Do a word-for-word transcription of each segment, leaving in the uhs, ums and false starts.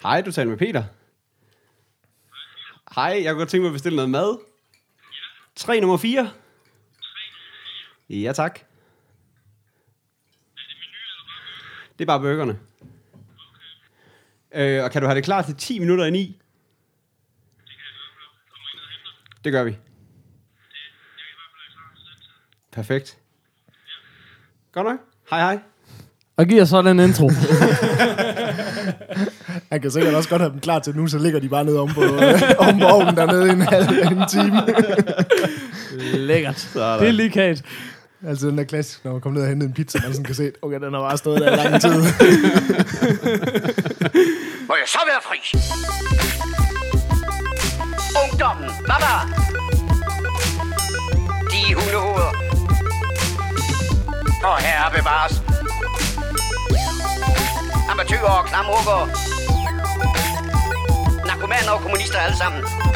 Hej, du taler med Peter. Hej, jeg kunne godt tænke mig at bestille noget mad. Tre nummer fire. Ja, tak. Det er bare burgerne. Øh, og kan du have det klar til ti minutter i ni? Det gør vi. Perfekt. Godt nok. Hej, hej. Og giver så den intro. Han kan sikkert også godt have dem klar til nu, så ligger de bare nede om på, øh, om på ovnen dernede i en halv en time. Lækkert. Sådan. Det er lige kat. Altså den der klassisk, når man kommer ned og henter en pizza, man sådan kan se, okay, den har bare stået der i lang tid. Må jeg så være fri? Ungdommen, baba! De hundehoveder. Og herre bevares. Amatører og klamrukker. Narkomaner og kommunister alle sammen.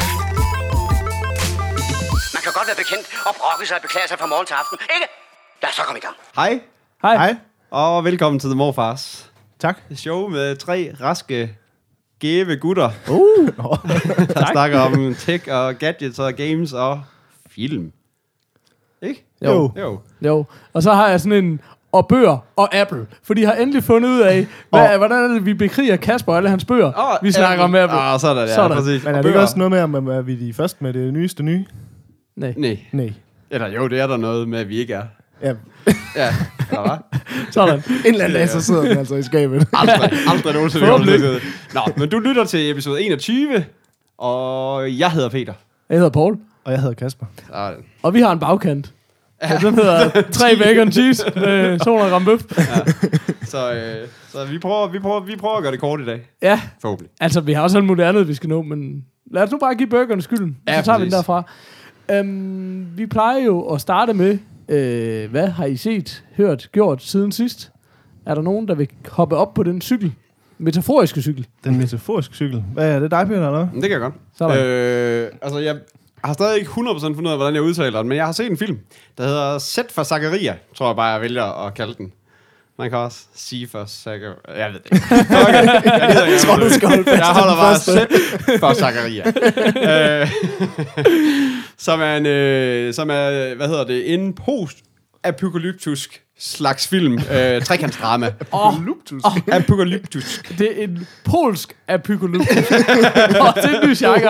Man kan godt være bekendt og brokke sig og beklage sig fra morgen til aften, ikke? Lad os så komme i gang. Hej. Hej. Hej. Og velkommen til The Morfars. Tak. Et show med tre raske, gæve gutter, Uh. der snakker om tech og gadgets og games og film. Ikke? Jo. Jo. Jo. Og så har jeg sådan en... Og bøger og Apple. For de har endelig fundet ud af, hvad, og, hvordan er det, vi bekriger Kasper og alle hans bøger. Og vi snakker Apple. om Apple. Ah, sådan er det, ja, sådan. præcis. Men er det ikke også noget med, om er vi de første med det nyeste nye? Nej. Nej. Nej. Eller jo, det er der noget med, at vi ikke er. Ja. Ja, eller hvad? Sådan. En eller anden dag, så sidder den altså i skabet. Aldrig, aldrig nogensinde. Forhåbentlig. Nå, men du lytter til episode enogtyve, og jeg hedder Peter. Jeg hedder Paul. Og jeg hedder Kasper. Sådan. Og vi har en bagkant. Ja. Den hedder tre bacon cheese med to hundrede gram bøf. Ja. Så, øh, så vi, prøver, vi, prøver, vi prøver at gøre det kort i dag. Ja. Forhåbentlig. Altså, vi har også alt muligt andet, vi skal nå, men lad os nu bare give burgerne skylden. Ja, så tager præcis. vi den derfra. Um, vi plejer jo at starte med, øh, hvad har I set, hørt, gjort siden sidst? Er der nogen, der vil hoppe op på den cykel? Metaforiske cykel. Den metaforiske cykel. Hvad er det, dig, Peter, eller? Det kan jeg godt. Sådan. Øh, altså, jeg har stadig ikke hundrede procent fundet ud af, hvordan jeg udtaler den, men jeg har set en film, der hedder Z for Zakaria, tror jeg bare, jeg vælger at kalde den. Man kan også sige for Zakaria. Jeg ved det ikke. Okay. Jeg, jeg, jeg, tror, du skal holde fast jeg til holder den bare første. Z for Zakaria. øh, som er en, øh, som er, hvad hedder det, en post-apokalyptisk slags film. Øh, trekantsdrama. Apokalyptus. Oh, Apokalyptisk. det er en polsk apokalyptus. Og det er en ny genre.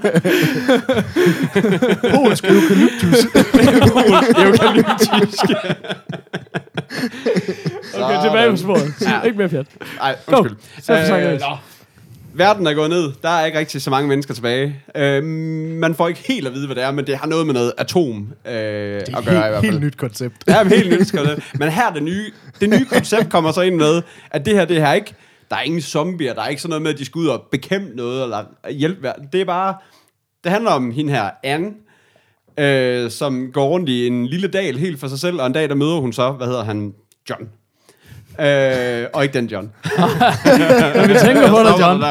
Polsk eukalyptus. Polsk eukalyptisk. Okay, tilbage på sporet. Ja. Ikke mere pjat. Ej, undskyld. Så for Zakaria. nå. Verden er gået ned. Der er ikke rigtig så mange mennesker tilbage. Øh, man får ikke helt at vide, hvad det er, men det har noget med noget atom øh, Det er at gøre i hvert et fald. helt nyt koncept. Ja, et helt nyt koncept. Men her det nye, det nye koncept kommer så ind med, at det her, det her ikke, der er ingen zombier, der er ikke sådan noget med, at de skal ud og bekæmpe noget, eller hjælpe verden. Det er bare, det handler om hende her, Anne, øh, som går rundt i en lille dal helt for sig selv, og en dag, der møder hun så, hvad hedder han, John. Øh, og ikke den John. Vi tænker på dig, John.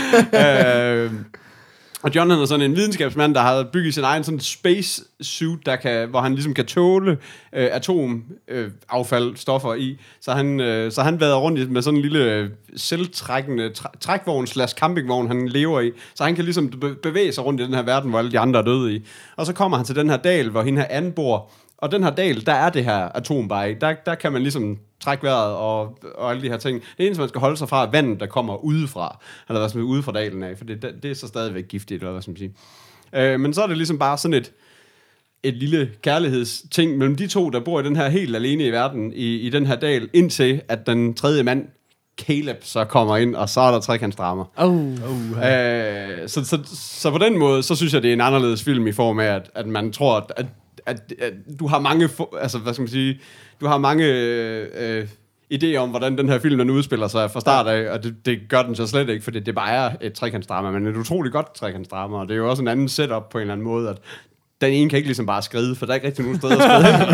øh, og John han er sådan en videnskabsmand, der har bygget sin egen sådan space suit, der kan, hvor han ligesom kan tåle øh, atomaffald, øh, stoffer i. Så han, øh, så han vader rundt med sådan en lille øh, selvtrækkende træ- trækvogn slash campingvogn, han lever i. Så han kan ligesom be- bevæge sig rundt i den her verden, hvor alle de andre er døde i. Og så kommer han til den her dal, hvor hende her Anne bor. Og den her dal, der er det her atom bare i. Der, der kan man ligesom trække vejret og, og alle de her ting. Det eneste, man skal holde sig fra, er vandet, der kommer udefra. Eller hvad som er ude fra dalen af, for det, det er så stadigvæk giftigt, eller hvad som siger. Øh, men så er det ligesom bare sådan et, et lille kærlighedsting mellem de to, der bor i den her helt alene i verden, i, i den her dal, indtil at den tredje mand, Caleb, så kommer ind, og så er der trekantsdrama. Oh. Uh, Øh, så, så, så på den måde, så synes jeg, det er en anderledes film i form af, at, at man tror, at, at, at du har mange, altså hvad skal man sige, du har mange øh, idéer om, hvordan den her film den udspiller sig fra start af, og det, det gør den så slet ikke, fordi det bare er et trekantsdrama, men et utroligt godt trekantsdrama, og det er jo også en anden setup på en eller anden måde, at den ene kan ikke ligesom bare skride, for der er ikke rigtig nogen steder at skride.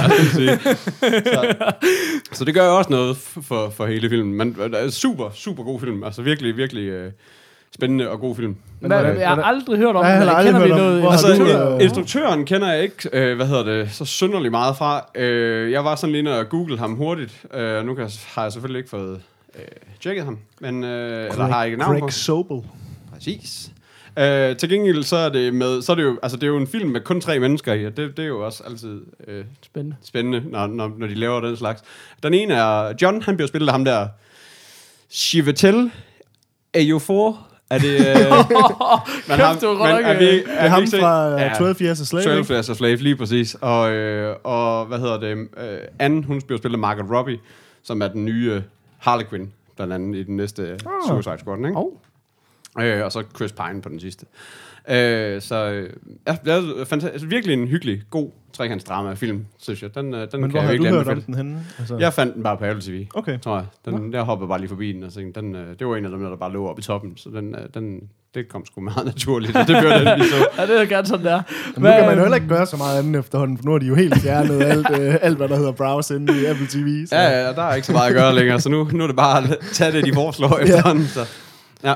så, så det gør jo også noget for, for hele filmen, men det er super, super god film, altså virkelig, virkelig øh, spændende og god film. Men, men, jeg har aldrig hørt om Nej, den, jeg har men aldrig kender vi hørt om- noget... hvor har Altså, du, instruktør? øh, instruktøren kender jeg ikke, øh, hvad hedder det, så synderligt meget fra. Øh, jeg var sådan lige inde og google ham hurtigt, øh, nu kan jeg, har jeg selvfølgelig ikke fået øh, tjekket ham, men, øh, eller har ikke navn på. Greg Sobel. Præcis. Øh, til gengæld så er det med, så er det jo, altså det er jo en film med kun tre mennesker i, og det, det er jo også altid øh, Spændende. spændende, når, når, når de laver den slags. Den ene er John, han bliver spillet af ham der, Chiwetel Ejiofor. Er det... Øh, men ham, men, er vi, det er ham fra ja, twelve Years a Slave. twelve Years a Slave, lige præcis. Og, øh, og hvad hedder det? Øh, Anne, hun bliver spillet af Margot Robbie, som er den nye Harley Quinn, blandt andet i den næste oh. Suicide Squad, ikke? Oh. Øh, og så Chris Pine på den sidste. Øh, så ja, det er fantastisk, virkelig en hyggelig, god trekantsdrama-film, synes jeg. Den, den Men hvor har du hørt om den henne? Altså... Jeg fandt den bare på Apple T V, okay. tror jeg. Den, jeg hoppede bare lige forbi den, og tænkte, den, det var en af dem, der bare lå oppe i toppen, så den, den, det kom sgu meget naturligt, og det blev det, vi så. Ja, det er gerne sådan der. Men nu kan man jo heller ikke gøre så meget andet efterhånden, for nu har de jo helt fjernet alt, øh, alt, hvad der hedder browse inde i Apple T V. Så. Ja, ja, der er ikke så meget at gøre længere, så nu, nu er det bare at tage det, de foreslår efterhånden. Så. Ja.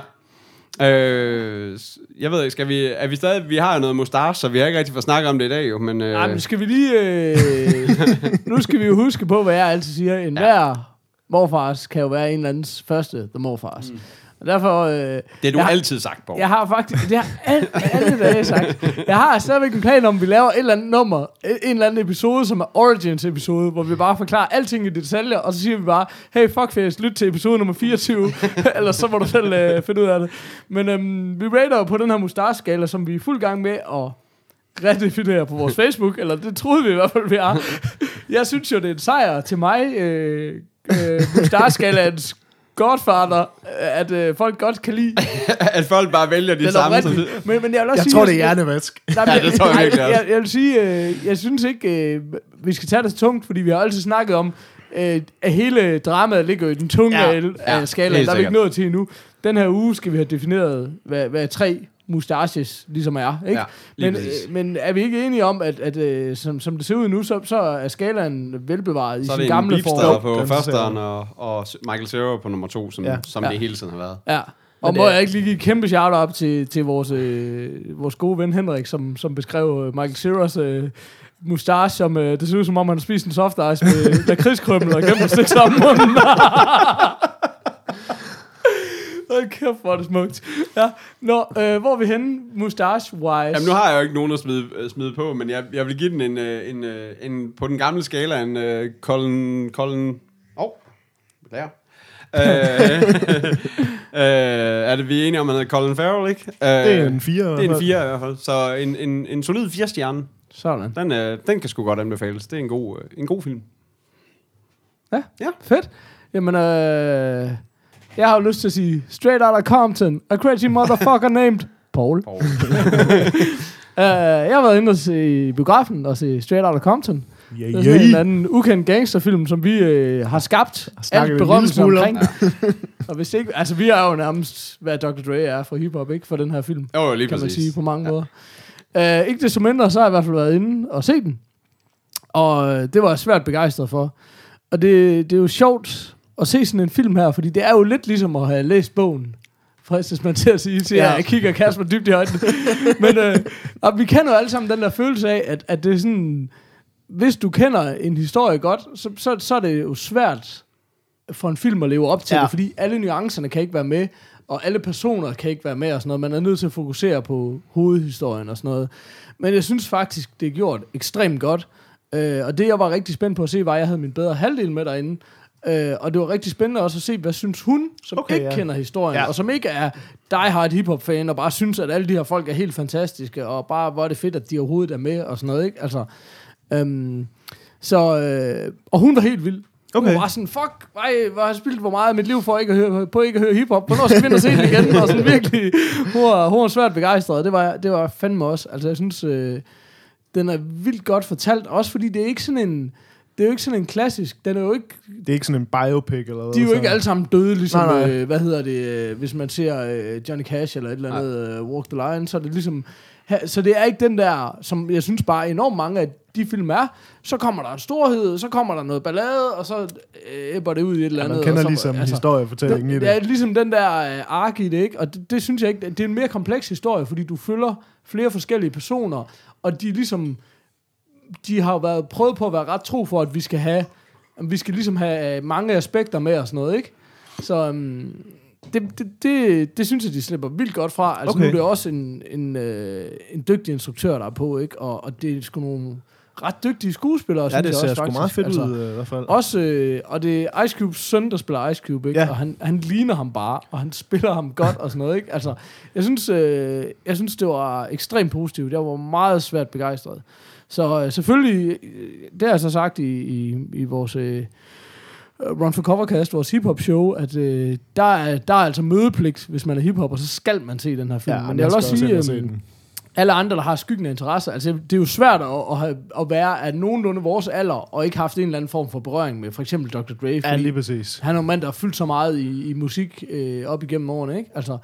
Øh, jeg ved ikke, skal vi, er vi stadig, vi har jo noget mustache, så vi har ikke rigtig fået snakket om det i dag jo, men... Øh... Ej, men skal vi lige, øh, nu skal vi jo huske på, hvad jeg altid siger, en ja. hver morfars kan jo være en eller andens første The Morfars. Mm. Og derfor... Øh, det har du har, altid sagt, Borg. Jeg har faktisk, det har alt, alle dage sagt. Jeg har stadigvæk en plan om, at vi laver et eller andet nummer, en eller anden episode, som er Origins episode, hvor vi bare forklarer alting i detaljer, og så siger vi bare, hey fuckface, lyt til episode nummer fireogtyve, ellers så må du selv øh, finde ud af det. Men øhm, vi rater jo på den her mustache-skala, som vi er i fuld gang med at redefinere på vores Facebook, eller det troede vi i hvert fald, vi er. Jeg synes jo, det er en sejr til mig, øh, øh, mustache-skalaens Godfather, at øh, folk godt kan lide. At folk bare vælger de samme. Som... Men, men jeg vil også jeg sige, tror, det er hjernevask. Ja, det tror jeg virkelig også. Jeg, jeg vil sige, øh, jeg synes ikke, øh, vi skal tage det så tungt, fordi vi har altid snakket om, øh, at hele dramaet ligger i den tunge ja, ja, skala. Der er vi ikke nået til endnu. Den her uge skal vi have defineret, hvad, hvad tre mustaches ligesom er. Ikke? Ja, men, øh, men er vi ikke enige om, at, at øh, som, som det ser ud nu, så, så er skalaen velbevaret så i sin gamle form? Så er det en på førsteren og, og Michael Cera på nummer to, som, ja. som ja. det hele tiden har været. Ja. Og må jeg ikke lige give et kæmpe shout-out til, til vores, øh, vores gode ven Henrik, som, som beskrev øh, Michael Ceras øh, mustache, som øh, det ser ud som om, han har spist en soft ice med lakridskrymmel og gennem at stikke sammen munden. Hold kæft, hvor er det smukt. Ja. Nå, øh, hvor er vi henne, mustache-wise? Jamen, nu har jeg jo ikke nogen at smide, smide på, men jeg, jeg vil give den en, en, en, en på den gamle skala, en uh, Colin... Colin... Åh, oh, beklager. øh, øh, er det, vi er enige om, at han hedder Colin Farrell, ikke? Øh, det er en fire. Det er en fire i hvert fald. Så en, en, en solid fire stjerne. Sådan. Den, øh, den kan sgu godt anbefales. Det er en god, øh, en god film. Ja, ja, fedt. Jamen, øh... jeg har jo lyst til at sige, straight out of Compton, a crazy motherfucker named Paul. Paul. uh, jeg har været inde og se biografen og se Straight Outta Compton. Yeah, det er sådan en anden ukendt gangsterfilm, som vi øh, har skabt alt berømmelse omkring. Ja. Og hvis ikke, altså vi er jo nærmest, hvad doktor Dre er for hiphop, ikke? For den her film, jo, lige kan præcis. man sige på mange ja. måder. Uh, ikke desto mindre, så har jeg i hvert fald været inde og se den. Og uh, det var jeg svært begejstret for. Og det, det er jo sjovt at se sådan en film her, fordi det er jo lidt ligesom at have læst bogen. Fristes man til at sige, til ja. at jeg kigger Kasper dybt i øjnene. Men øh, og vi kender jo alle sammen den der følelse af, at, at det er sådan, hvis du kender en historie godt, så, så, så er det jo svært for en film at leve op til ja. det, fordi alle nuancerne kan ikke være med, og alle personer kan ikke være med og sådan noget. Man er nødt til at fokusere på hovedhistorien og sådan noget. Men jeg synes faktisk, det er gjort ekstremt godt. Øh, og det, jeg var rigtig spændt på at se, var, at jeg havde min bedre halvdel med derinde. Uh, og det var rigtig spændende også at se, hvad synes hun, som okay, ikke ja. kender historien, ja. og som ikke er die-hard hip-hop-fan, og bare synes, at alle de her folk er helt fantastiske, og bare, hvor er det fedt, at de overhovedet er med, og sådan noget, ikke? Altså, um, så, uh, og hun var helt vild. Okay. Hun var bare sådan, fuck, ej, hvor har jeg spildt hvor meget af mit liv for ikke at høre, på ikke at høre hip-hop, hvornår skal vi ind og se det igen, og sådan virkelig, hun var, hun var svært begejstret, det var, det var fandme også, altså jeg synes, uh, den er vildt godt fortalt, også fordi det er ikke sådan en, det er jo ikke sådan en klassisk, den er jo ikke... Det er ikke sådan en biopic eller noget. De er jo så. ikke alle sammen døde, ligesom, nej, nej. Øh, hvad hedder det, øh, hvis man ser øh, Johnny Cash eller et eller andet, øh, Walk the Line, så er det ligesom... Ha, så det er ikke den der, som jeg synes bare enormt mange af de film er, så kommer der en storhed, så kommer der noget ballade, og så æbber det ud i et eller andet. Ja, man kender og så, ligesom altså, historiefortællingen i det. Det er ligesom den der øh, ark i det, ikke? Og det, det synes jeg ikke, det er en mere kompleks historie, fordi du følger flere forskellige personer, og de ligesom... De har jo været prøvet på at være ret tro for, at vi skal have, vi skal ligesom have mange aspekter med og sådan noget, ikke? Så um, det, det, det, det synes jeg, de slipper vildt godt fra. Altså Okay. nu er det også en, en, øh, en dygtig instruktør, der er på, ikke? Og, og det er sgu nogle ret dygtige skuespillere, Ja, synes det jeg ser også, sgu faktisk. meget fedt altså, ud, øh, i hvert fald. Også, øh, og det er Ice Cubes søn, der spiller Ice Cube, ikke? Ja. Og han, han ligner ham bare, og han spiller ham godt og sådan noget, ikke? Altså, jeg synes, øh, jeg synes, det var ekstremt positivt. Jeg var meget svært begejstret. Så øh, selvfølgelig, øh, det har jeg så sagt i, i, i vores øh, Run for Covercast, vores hiphop show, at øh, der, er, der er altså mødepligt, hvis man er hiphopper, så skal man se den her film. Ja, Men jeg vil også sige, se øh, den. alle andre, der har skyggende interesse, altså det er jo svært at, at, have, at være af nogenlunde vores alder, og ikke haft en eller anden form for berøring med for eksempel doktor Dre, Ja, fordi lige præcis. han er en mand, der har fyldt så meget i, i musik øh, op igennem årene, ikke? Altså,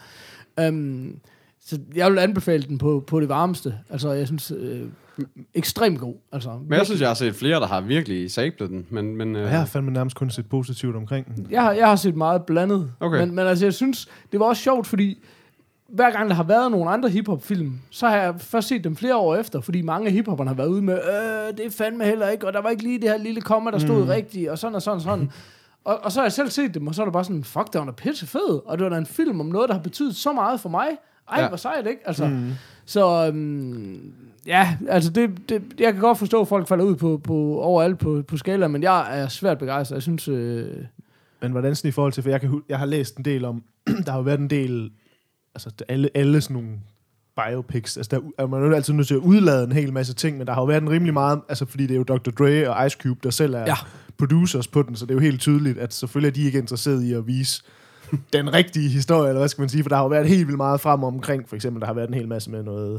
øhm, så jeg vil anbefale den på, på det varmeste. Altså, jeg synes, øh, ekstremt god. Altså, Men jeg synes, jeg har set flere, der har virkelig sablet den. Men, men, øh, Jeg har fandme nærmest kun set positivt omkring den. jeg, har, jeg har set meget blandet. Okay. Men, men altså, jeg synes, det var også sjovt, fordi hver gang der har været nogle andre hiphop-film, så har jeg først set dem flere år efter, fordi mange af hiphopperne har været ude med, øh, det er fandme heller ikke, og der var ikke lige det her lille komma, der stod mm. rigtigt, og sådan og sådan og sådan. Og, og så har jeg selv set dem, og så er det bare sådan, fuck, det var da pisse fed, og det var da en film om noget, der har betydet så meget for mig. Ej, Ja. hvor sejt, ikke? Altså, Mm. så øhm, ja, altså det, det, jeg kan godt forstå, at folk falder ud på, på overalt på, på skala, men jeg er svært begejstret. Jeg synes, øh, Men hvordan sådan i forhold til, for jeg, kan, hu- jeg har læst en del om, der har jo været en del, altså alle, alle sådan nogle biopics, altså der er man jo altid nødt til at udlade en hel masse ting, men der har jo været en rimelig meget, altså fordi det er jo doktor Dre og Ice Cube, der selv er Ja. ja. producers på den, så det er jo helt tydeligt, at selvfølgelig er de ikke interesseret i at vise den rigtige historie, eller hvad skal man sige, for der har jo været helt vildt meget frem omkring, for eksempel, der har været en hel masse med noget,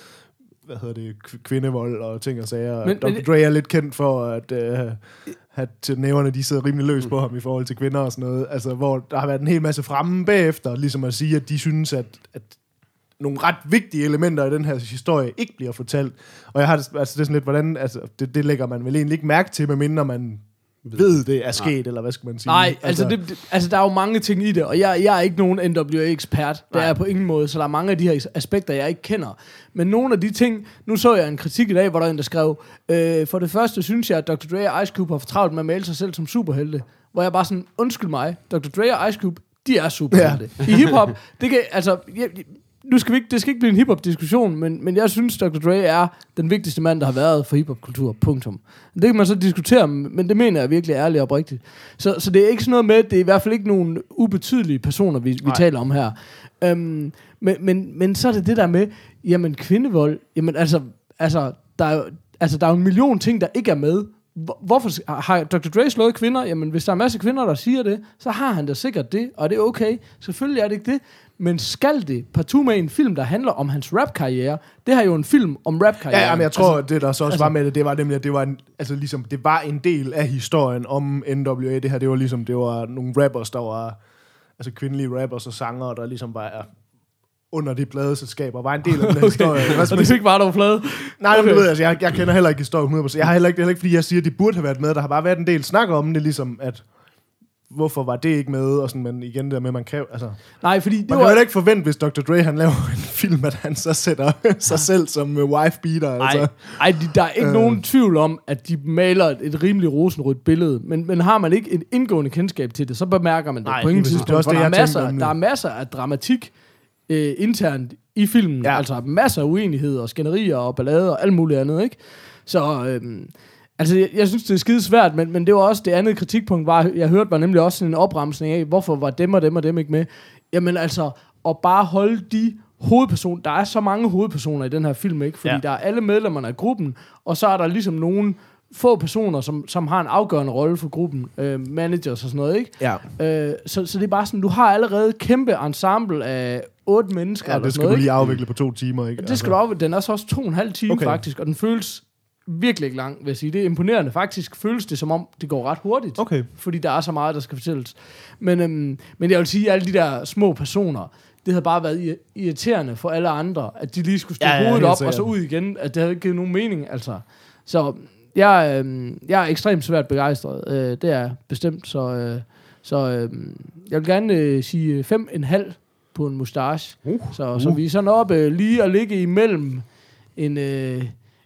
hvad hedder det, kv- kvindevold og ting og sager. Men- Men, doktor men- Dre er lidt kendt for, at, øh, at næverne, de sidder rimelig løs på ham i forhold til kvinder og sådan noget, altså hvor der har været en hel masse fremme bagefter, ligesom at sige, at de synes, at, at nogle ret vigtige elementer i den her historie ikke bliver fortalt. Og jeg har det, altså det er sådan lidt, hvordan, altså det, det lægger man vel egentlig ikke mærke til, medmindre man ved, det er sket, Nej. eller hvad skal man sige? nej, altså, det, det, altså der er jo mange ting i det, og jeg, jeg er ikke nogen N W A-ekspert, det er jeg på ingen måde, så der er mange af de her aspekter, jeg ikke kender. Men nogle af de ting, nu så jeg en kritik i dag, hvor der er en, der skrev, øh, for det første synes jeg, at doktor Dre og Ice Cube har fortravlt med at male sig selv som superhelte, hvor jeg bare sådan, undskyld mig, doktor Dre og Ice Cube, de er superhelte. Ja. I hiphop, det kan, altså, jeg, nu skal vi ikke, det skal ikke blive en hiphop-diskussion, men, men jeg synes, doktor Dre er den vigtigste mand, der har været for hiphop-kultur. Punktum. Det kan man så diskutere, men det mener jeg virkelig ærligt og oprigtigt. Så, så det er ikke sådan noget med, det er i hvert fald ikke nogen ubetydelige personer, vi, vi taler om her. Um, men, men, men så er det det der med, jamen kvindevold, jamen altså, altså, der er jo, altså, der er jo en million ting, der ikke er med. Hvor- Hvorfor har doktor Dre slået kvinder? Jamen, hvis der er en masse kvinder, der siger det, så har han da sikkert det, og det er okay. Selvfølgelig er det ikke det. Men skal det partout med en film, der handler om hans rap-karriere? Det her er jo en film om rap-karriere. Ja, ja, men jeg tror, altså, at det der så også altså- var med det, det var nemlig, at det var en, altså ligesom, det var en del af historien om N W A. Det her, det var ligesom, det var nogle rappers, der var, altså kvindelige rappers og sangere, der ligesom var under de pladeselskaber, var en del af den her historie. Hvad og skal det man fik bare dog flade. Nej, Okay. okay. ved, altså, jeg, jeg kender heller ikke historien hundrede procent. Jeg har heller ikke, det er heller ikke, fordi jeg siger, at det burde have været med. Der har bare været en del snak om det, ligesom at hvorfor var det ikke med, og sådan, men igen der med, man kan altså, Nej, fordi det man var... kan jo ikke forvente, hvis doktor Dre, han laver en film, at han så sætter sig selv som uh, wife-beater, Ej, altså. ej, de- der er ikke øh. Øh. nogen tvivl om, at de maler et, et rimelig rosenrødt billede, men, men har man ikke et indgående kendskab til det, så bemærker man det Nej, på ingen lige præcis. tidspunkt, Det er også for det, der, er jeg masser, tænkte om det. der er masser af dramatik øh, internt i filmen, ja. Ja. Altså masser af uenighed og skænderier og ballader og alt muligt andet, ikke? Så... Øhm, Altså, jeg, jeg synes, det er skide svært, men, men det var også det andet kritikpunkt, var, jeg hørte var nemlig også en opremsning af, hvorfor var dem og dem og dem ikke med. Jamen altså, at bare holde de hovedpersoner, der er så mange hovedpersoner i den her film, ikke? Fordi ja. Ja. der er alle medlemmerne af gruppen, og så er der ligesom nogle få personer, som, som har en afgørende rolle for gruppen, øh, managers og sådan noget, ikke? Ja, Øh, så, så det er bare sådan, du har allerede et kæmpe ensemble af otte mennesker, ja eller det sådan skal noget, du lige ikke? afvikle på to timer, ikke? Det skal du af. Den er så også to og en halv time okay. Okay. faktisk, og den føles virkelig ikke lang, vil jeg sige. Det er imponerende. Faktisk føles det, som om det går ret hurtigt. Okay. Fordi der er så meget, der skal fortælles. Men, øhm, men jeg vil sige, at alle de der små personer, det havde bare været ir- irriterende for alle andre, at de lige skulle stå Ja, ja, hovedet helt op, og sikkert. så ud igen. At det havde ikke givet nogen mening, altså. Så jeg, øhm, jeg er ekstremt svært begejstret. Øh, det er bestemt. Så, øh, så øh, jeg vil gerne øh, sige fem en halv på en mustache. Uh, Så, uh. så vi er sådan oppe øh, lige at ligge imellem en... Øh,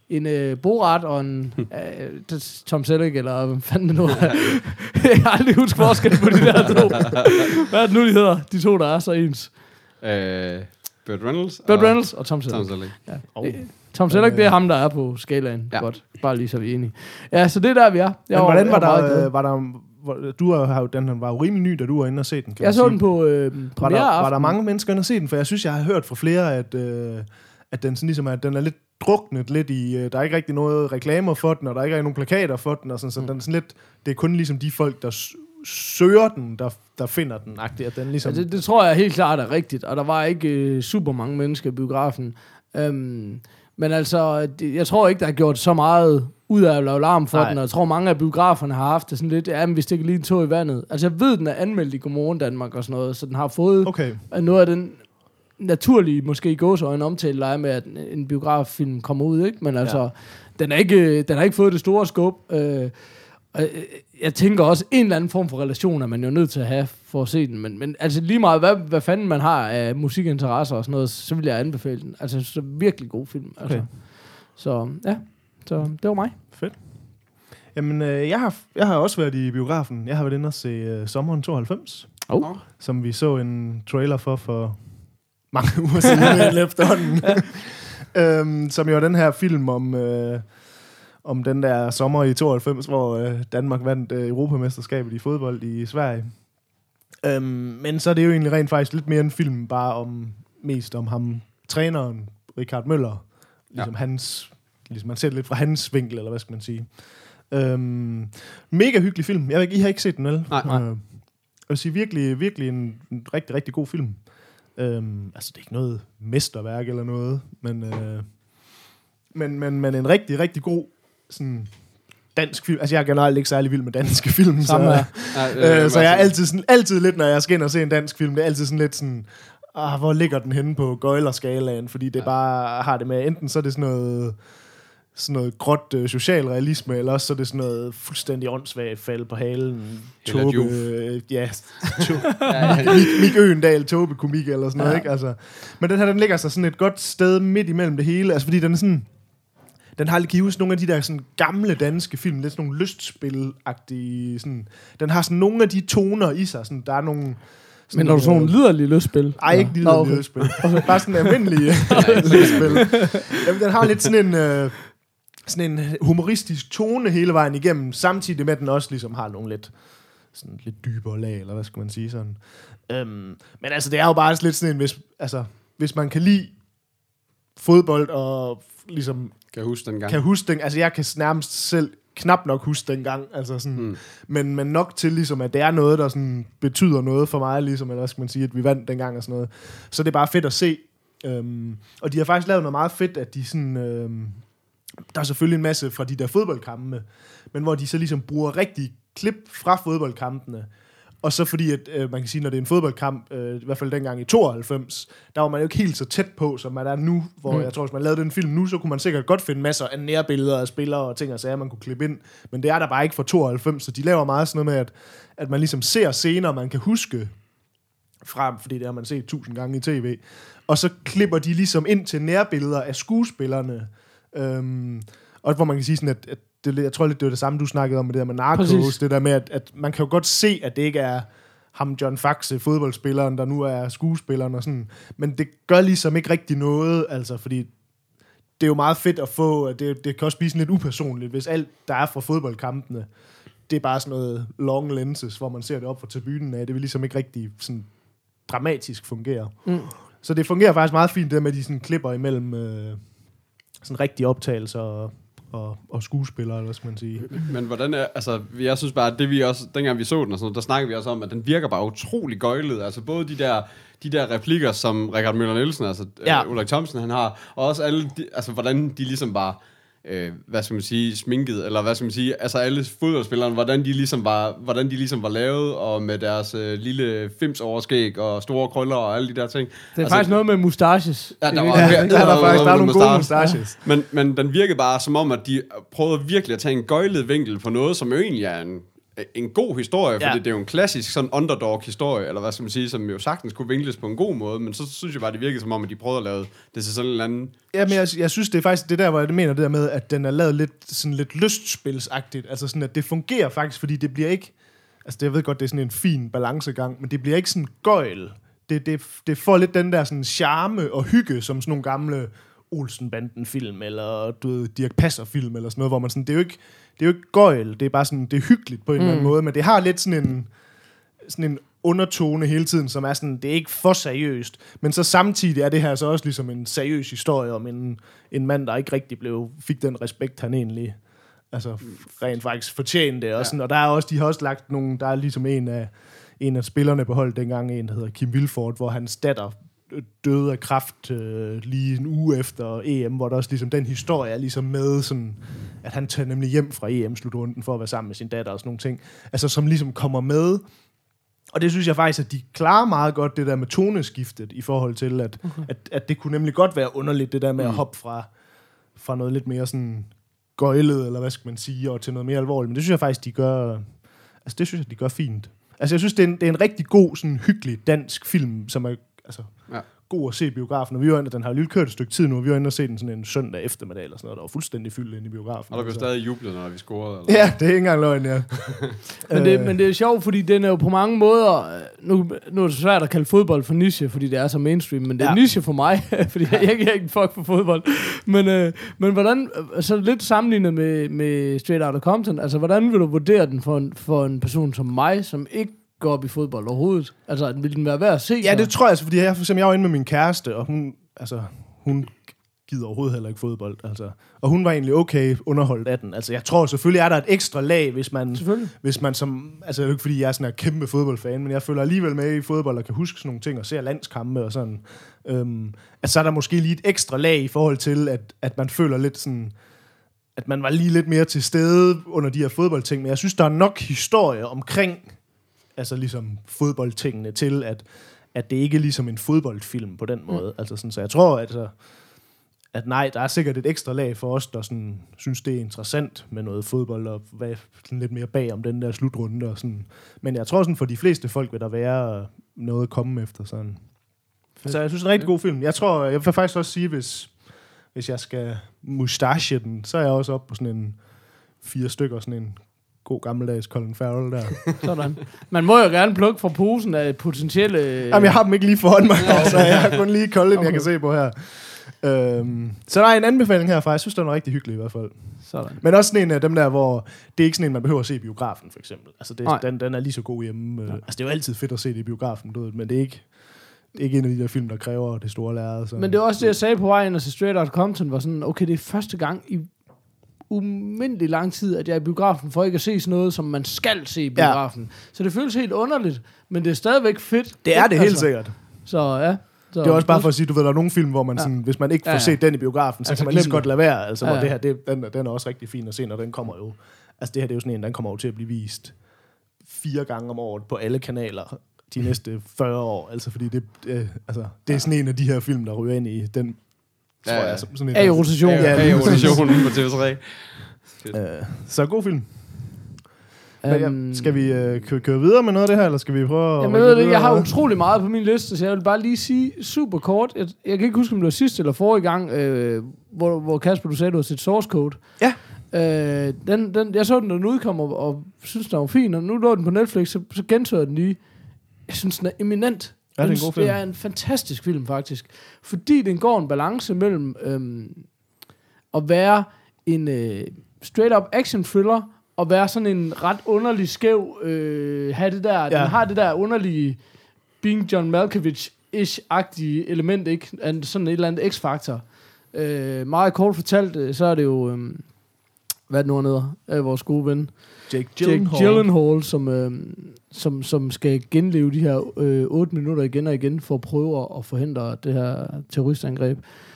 en øh, Borat og en øh, Tom Selleck, eller hvad fanden det nu er. Jeg har aldrig husket forskel på de der to. Hvad er det nu, de hedder? De to, der er så ens. Øh, Burt Reynolds. Burt og Reynolds og Tom Selleck. Tom Selleck. Ja. Oh. Øh, Tom Selleck, det er ham, der er på skalaen. Ja. Godt. Bare lige så vi er enige. Ja, så det er der, vi er. Jeg Men hvordan var, jeg meget der, glad. øh, var der... Hvor, du har jo, den var jo rimelig ny, da du var inde og se den. Kan Jeg man så sige. den på øh, Var der, var der aften. mange mennesker inde og se den? For jeg synes, jeg har hørt fra flere, at, øh, at den sådan ligesom er, at den er lidt druknet lidt i... Øh, der er ikke rigtig noget reklamer for den, og der er ikke rigtig nogen plakater for den, og sådan, så mm. den er sådan lidt... Det er kun ligesom de folk, der s- søger den, der, der finder den. Agtigt, at den ligesom... Ja, det, det tror jeg helt klart er rigtigt, og der var ikke øh, super mange mennesker i biografen. Øhm, men altså, det, jeg tror ikke, der er gjort så meget ud af at lave larm for Nej. den, og jeg tror, mange af biograferne har haft det sådan lidt, ja, men vi stikker lige en tog i vandet. Altså, jeg ved, den er anmeldt i Godmorgen Danmark og sådan noget, så den har fået Okay. noget af den naturlige, måske i gåseøjne omtale leje med, at en biograffilm kommer ud, ikke? Men altså, ja. den, er ikke, den har ikke fået det store skub. Øh, og, øh, jeg tænker også, en eller anden form for relation er man jo nødt til at have for at se den. Men, men altså lige meget, hvad, hvad fanden man har af musikinteresser og sådan noget, så vil jeg anbefale den. Altså, så virkelig god film. Altså. Okay. Så ja, så det var mig. Fedt. Jamen, øh, jeg, har, jeg har også været i biografen. Jeg har været inde og se øh, Sommeren tooghalvfems, Oh. som vi så en trailer for for mange uger siden efterhånden. øhm, som jo er den her film om, øh, om den der sommer i tooghalvfems, hvor øh, Danmark vandt øh, Europamesterskabet i fodbold i Sverige. Øhm, men så er det jo egentlig rent faktisk lidt mere en film, bare om mest om ham, træneren, Richard Møller. Ligesom ja. hans, ligesom man ser det lidt fra hans vinkel, eller hvad skal man sige. Øhm, mega hyggelig film. Jeg ved ikke, I har ikke set den, vel? Nej. Øh, jeg vil sige, virkelig, virkelig en, en rigtig, rigtig god film. Øhm, altså, det er ikke noget mesterværk eller noget, men, øh, men, men, men en rigtig, rigtig god sådan, dansk film. Altså, jeg er generelt ikke særlig vild med danske film, så, Samme her. Ja, øh, så jeg er altid, sådan, altid lidt, når jeg skal ind og se en dansk film, det er altid sådan lidt sådan, ah, hvor ligger den henne på gøjlerskalaen, fordi det bare har det med, enten så er det sådan noget... sådan noget gråt øh, socialrealisme, eller også så er det sådan noget fuldstændig åndssvagt fald på halen. Tobe, øh, ja, to, Mik, Mik Øgendal, Tobe komik eller sådan noget, ja. Ikke? Altså, men den her, den ligger sig sådan et godt sted midt imellem det hele, altså fordi den er sådan, den har lidt givet nogle af de der sådan gamle danske film, lidt sådan nogle lystspil-agtige, sådan, den har sådan nogle af de toner i sig, sådan, der er nogle... Men når du sådan nogle liderlige løsspil? Ej, ikke liderlige okay. løsspil. Bare sådan en almindelig løsspil. Jamen, den har lidt sådan en... Øh, sådan en humoristisk tone hele vejen igennem, samtidig med, at den også ligesom har nogle lidt, sådan lidt dybere lag, eller hvad skal man sige sådan. Øhm, men altså, det er jo bare lidt sådan en, hvis, altså, hvis man kan lide fodbold, og ligesom... Kan huske den gang. Kan huske den, altså jeg kan nærmest selv knap nok huske den gang, altså sådan, hmm. men, men nok til ligesom, at det er noget, der sådan betyder noget for mig, ligesom, eller hvad skal man sige, at vi vandt dengang og sådan noget. Så det er bare fedt at se. Øhm, og de har faktisk lavet noget meget fedt, at de sådan... Øhm, der er selvfølgelig en masse fra de der fodboldkampene, men hvor de så ligesom bruger rigtig klip fra fodboldkampene. Og så fordi, at øh, man kan sige, når det er en fodboldkamp, øh, i hvert fald dengang i tooghalvfems, der var man jo ikke helt så tæt på, som man er nu, hvor mm. jeg tror, hvis man lavede den film nu, så kunne man sikkert godt finde masser af nærbilleder af spillere og ting og sager, man kunne klippe ind. Men det er der bare ikke fra tooghalvfems, så de laver meget sådan noget med, at, at man ligesom ser scener, man kan huske frem, fordi det har man set tusind gange i tv. Og så klipper de ligesom ind til nærbilleder af skuespillerne, Øhm, og hvor man kan sige sådan, at, at det, jeg tror lidt, det var det samme, du snakkede om med det der med Narcos, Præcis. Det der med, at, at man kan jo godt se, at det ikke er ham John Faxe, fodboldspilleren, der nu er skuespilleren og sådan, men det gør ligesom ikke rigtig noget, altså, fordi det er jo meget fedt at få, at det, det kan også blive sådan lidt upersonligt, hvis alt, der er fra fodboldkampene, det er bare sådan noget long lenses, hvor man ser det op fra tribunen af, det vil ligesom ikke rigtig sådan dramatisk fungere. Mm. Så det fungerer faktisk meget fint, det med, at de sådan klipper imellem... Øh, sådan rigtige optagelser og, og, og skuespillere, eller hvad skal man sige. Men hvordan er, altså, jeg synes bare, at det vi også, dengang vi så den og sådan noget, der snakkede vi også om, at den virker bare utrolig gøjlet, altså både de der, de der replikker, som Richard Møller Nielsen, altså ja. uh, Ulrik Thomsen, han har, og også alle, de, altså hvordan de ligesom bare, øh, hvad skal man sige, sminket, eller hvad skal man sige, altså alle fodboldspillerne, hvordan de ligesom var, hvordan de ligesom var lavet, og med deres øh, lille fims overskæg, og store krøller, og alle de der ting. Det er altså, faktisk noget med mustaches. Ja, der var, ja, ja, der, der, der, der faktisk der er nogle gode mustaches. Ja. Men, men den virkede bare som om, at de prøvede virkelig at tage en gøjlet vinkel på noget, som jo egentlig er en, en god historie, fordi Ja. det er jo en klassisk sådan underdog-historie, eller hvad skal man sige, som jo sagtens kunne vinkles på en god måde, men så synes jeg bare, det virkede som om, at de prøvede at lave det til sådan en eller anden... Ja, men jeg, jeg synes, det er faktisk det der, hvor jeg mener det der med, at den er lavet lidt, sådan lidt lystspilsagtigt. Altså sådan, at det fungerer faktisk, fordi det bliver ikke... Altså, jeg ved godt, det er sådan en fin balancegang, men det bliver ikke sådan gøjl. Det, det, det får lidt den der sådan charme og hygge, som sådan nogle gamle Olsen-banden-film, eller du ved, Dirch Passer-film, eller sådan noget, hvor man sådan... Det er jo ikke, det er jo ikke gøjl, det er bare sådan... Det er hyggeligt på en mm. eller anden måde, men det har lidt sådan en... Sådan en undertone hele tiden, som er sådan, det er ikke for seriøst, men så samtidig er det her så også ligesom en seriøs historie om en, en mand, der ikke rigtig blev, fik den respekt, han egentlig altså rent faktisk fortjente, og, sådan, ja. Og der er også, de har også lagt nogle, der er ligesom en af, en af spillerne på holdet dengang, en der hedder Kim Vilfort, hvor hans datter døde af kræft øh, lige en uge efter E M, hvor der også ligesom den historie er ligesom med, sådan, at han tager nemlig hjem fra E M-slutrunden for at være sammen med sin datter og sådan nogle ting, altså som ligesom kommer med. Og det synes jeg faktisk, at de klarer meget godt, det der med toneskiftet, i forhold til, at, okay. at, at det kunne nemlig godt være underligt, det der med mm. at hoppe fra, fra noget lidt mere sådan gøjlet, eller hvad skal man sige, og til noget mere alvorligt. Men det synes jeg faktisk, de gør, altså det synes jeg, de gør fint. Altså jeg synes, det er en, det er en rigtig god, sådan hyggelig dansk film, som er altså, ja. god at se i biografen. Og vi var inde, den har jo lige kørt et stykke tid nu, og vi var inde og se den sådan en søndag eftermiddag, eller sådan noget, der var fuldstændig fyldt inde i biografen. Og der blev altså. stadig jublet, når vi scorede. Eller? Ja, det er ikke engang løgn, ja. men, det, men det er sjovt, fordi den er jo på mange måder... Nu, nu er det svært at kalde fodbold for niche, fordi det er så mainstream, men det er ja. niche for mig, fordi jeg, jeg, jeg er ikke fuck for fodbold. Men, øh, men hvordan... Så lidt sammenlignet med, med Straight Outta Compton, altså hvordan vil du vurdere den for en, for en person som mig, som ikke går op i fodbold overhovedet? Altså, vil den være værd at se? Ja, det tror jeg altså, fordi jeg, for eksempel, jeg var inde med min kæreste, og hun, altså, hun gider overhovedet heller ikke fodbold, altså. Og hun var egentlig okay underholdt af den. Altså, jeg tror selvfølgelig, er der et ekstra lag, hvis man, hvis man som, altså, det er jo ikke fordi, jeg er sådan en kæmpe fodboldfan, men jeg følger alligevel med i fodbold, og kan huske sådan nogle ting, og ser landskampe og sådan. Øhm, at så er der måske lige et ekstra lag i forhold til, at, at man føler lidt sådan, at man var lige lidt mere til stede under de her fodboldting, men jeg synes, der er nok historie omkring altså ligesom fodboldtingene til, at, at det ikke er ligesom en fodboldfilm på den måde. Mm. Altså sådan, så jeg tror, at, altså, at nej, der er sikkert et ekstra lag for os, der sådan, synes, det er interessant med noget fodbold, og hvad, sådan lidt mere bag om den der slutrunde. Og sådan. Men jeg tror, sådan, for de fleste folk vil der være noget at komme efter. Sådan. Så jeg synes, det er en rigtig god film. Jeg tror, jeg vil faktisk også sige, hvis, hvis jeg skal mustache den, så er jeg også oppe på sådan en fire stykker, sådan en god gammeldags Colin Farrell der. Sådan. Man må jo gerne plukke fra posen af potentielle... Jamen, jeg har dem ikke lige foran mig, så jeg har kun lige Colin, okay. jeg kan se på her. Øhm, så der er en anbefaling herfra. Jeg synes, den er rigtig hyggelig i hvert fald. Sådan. Men også sådan en af dem der, hvor det er ikke sådan en, man behøver at se i biografen, for eksempel. Altså, det, den, den er lige så god hjemme. Ja. Altså, det er jo altid fedt at se det i biografen, du ved, men det er ikke... Det er ikke en af de der film, der kræver det store lærred. Så. Men det er også det, jeg sagde på vejen, og så Straight Outta Compton var sådan, okay, det er første gang i umindelig lang tid, at jeg er i biografen for ikke at se sådan noget, som man skal se i biografen. Ja. Så det føles helt underligt, men det er stadigvæk fedt. Det er det altså. Helt sikkert. Så ja. Så, det er også bare for at sige, du ved, der er nogle film, hvor man ja. sådan, hvis man ikke får ja, ja. set den i biografen, så altså, kan man lige så godt lade være. Altså, ja, ja. Det her, det, den, den er også rigtig fin at se, når den kommer jo. Altså det her, det er jo sådan en, den kommer jo til at blive vist fire gange om året på alle kanaler de næste fyrre år. Altså fordi det, øh, altså, det er sådan en af de her film, der ryger ind i den, tror ja, ja. jeg. Sådan en, er i rotation. Ja, er i rotation på T V tre. Uh, så god film. Men, ja, skal vi øh, køre, køre videre med noget af det her, eller skal vi prøve at... Jamen, det, jeg har utrolig meget på min liste, så jeg vil bare lige sige super kort. Jeg, jeg kan ikke huske, om det var sidste eller forrige gang, øh, hvor, hvor Kasper, du sagde, du har set Source Code. Ja. Øh, den, den, jeg så den, da den udkom, og, og synes, den var fin, og nu lå den på Netflix, så, så genså jeg den lige. Jeg synes, den er eminent. Ja, det er en god film. Det er en fantastisk film, faktisk. Fordi den går en balance mellem øh, at være en øh, straight-up action-thriller, og være sådan en ret underlig skæv, øh, have det der, ja. Den har det der underlige Being John Malkovich-ish-agtige element, ikke? Sådan et eller andet X-faktor. Øh, meget kort fortalt, så er det jo, øh, hvad er det nu hedder, af vores gode ven? Jake Gyllenhaal. Jake Gyllenhaal, som, øh, som, som skal genleve de her øh, otte minutter igen og igen, for at prøve at forhindre det her terroristangreb.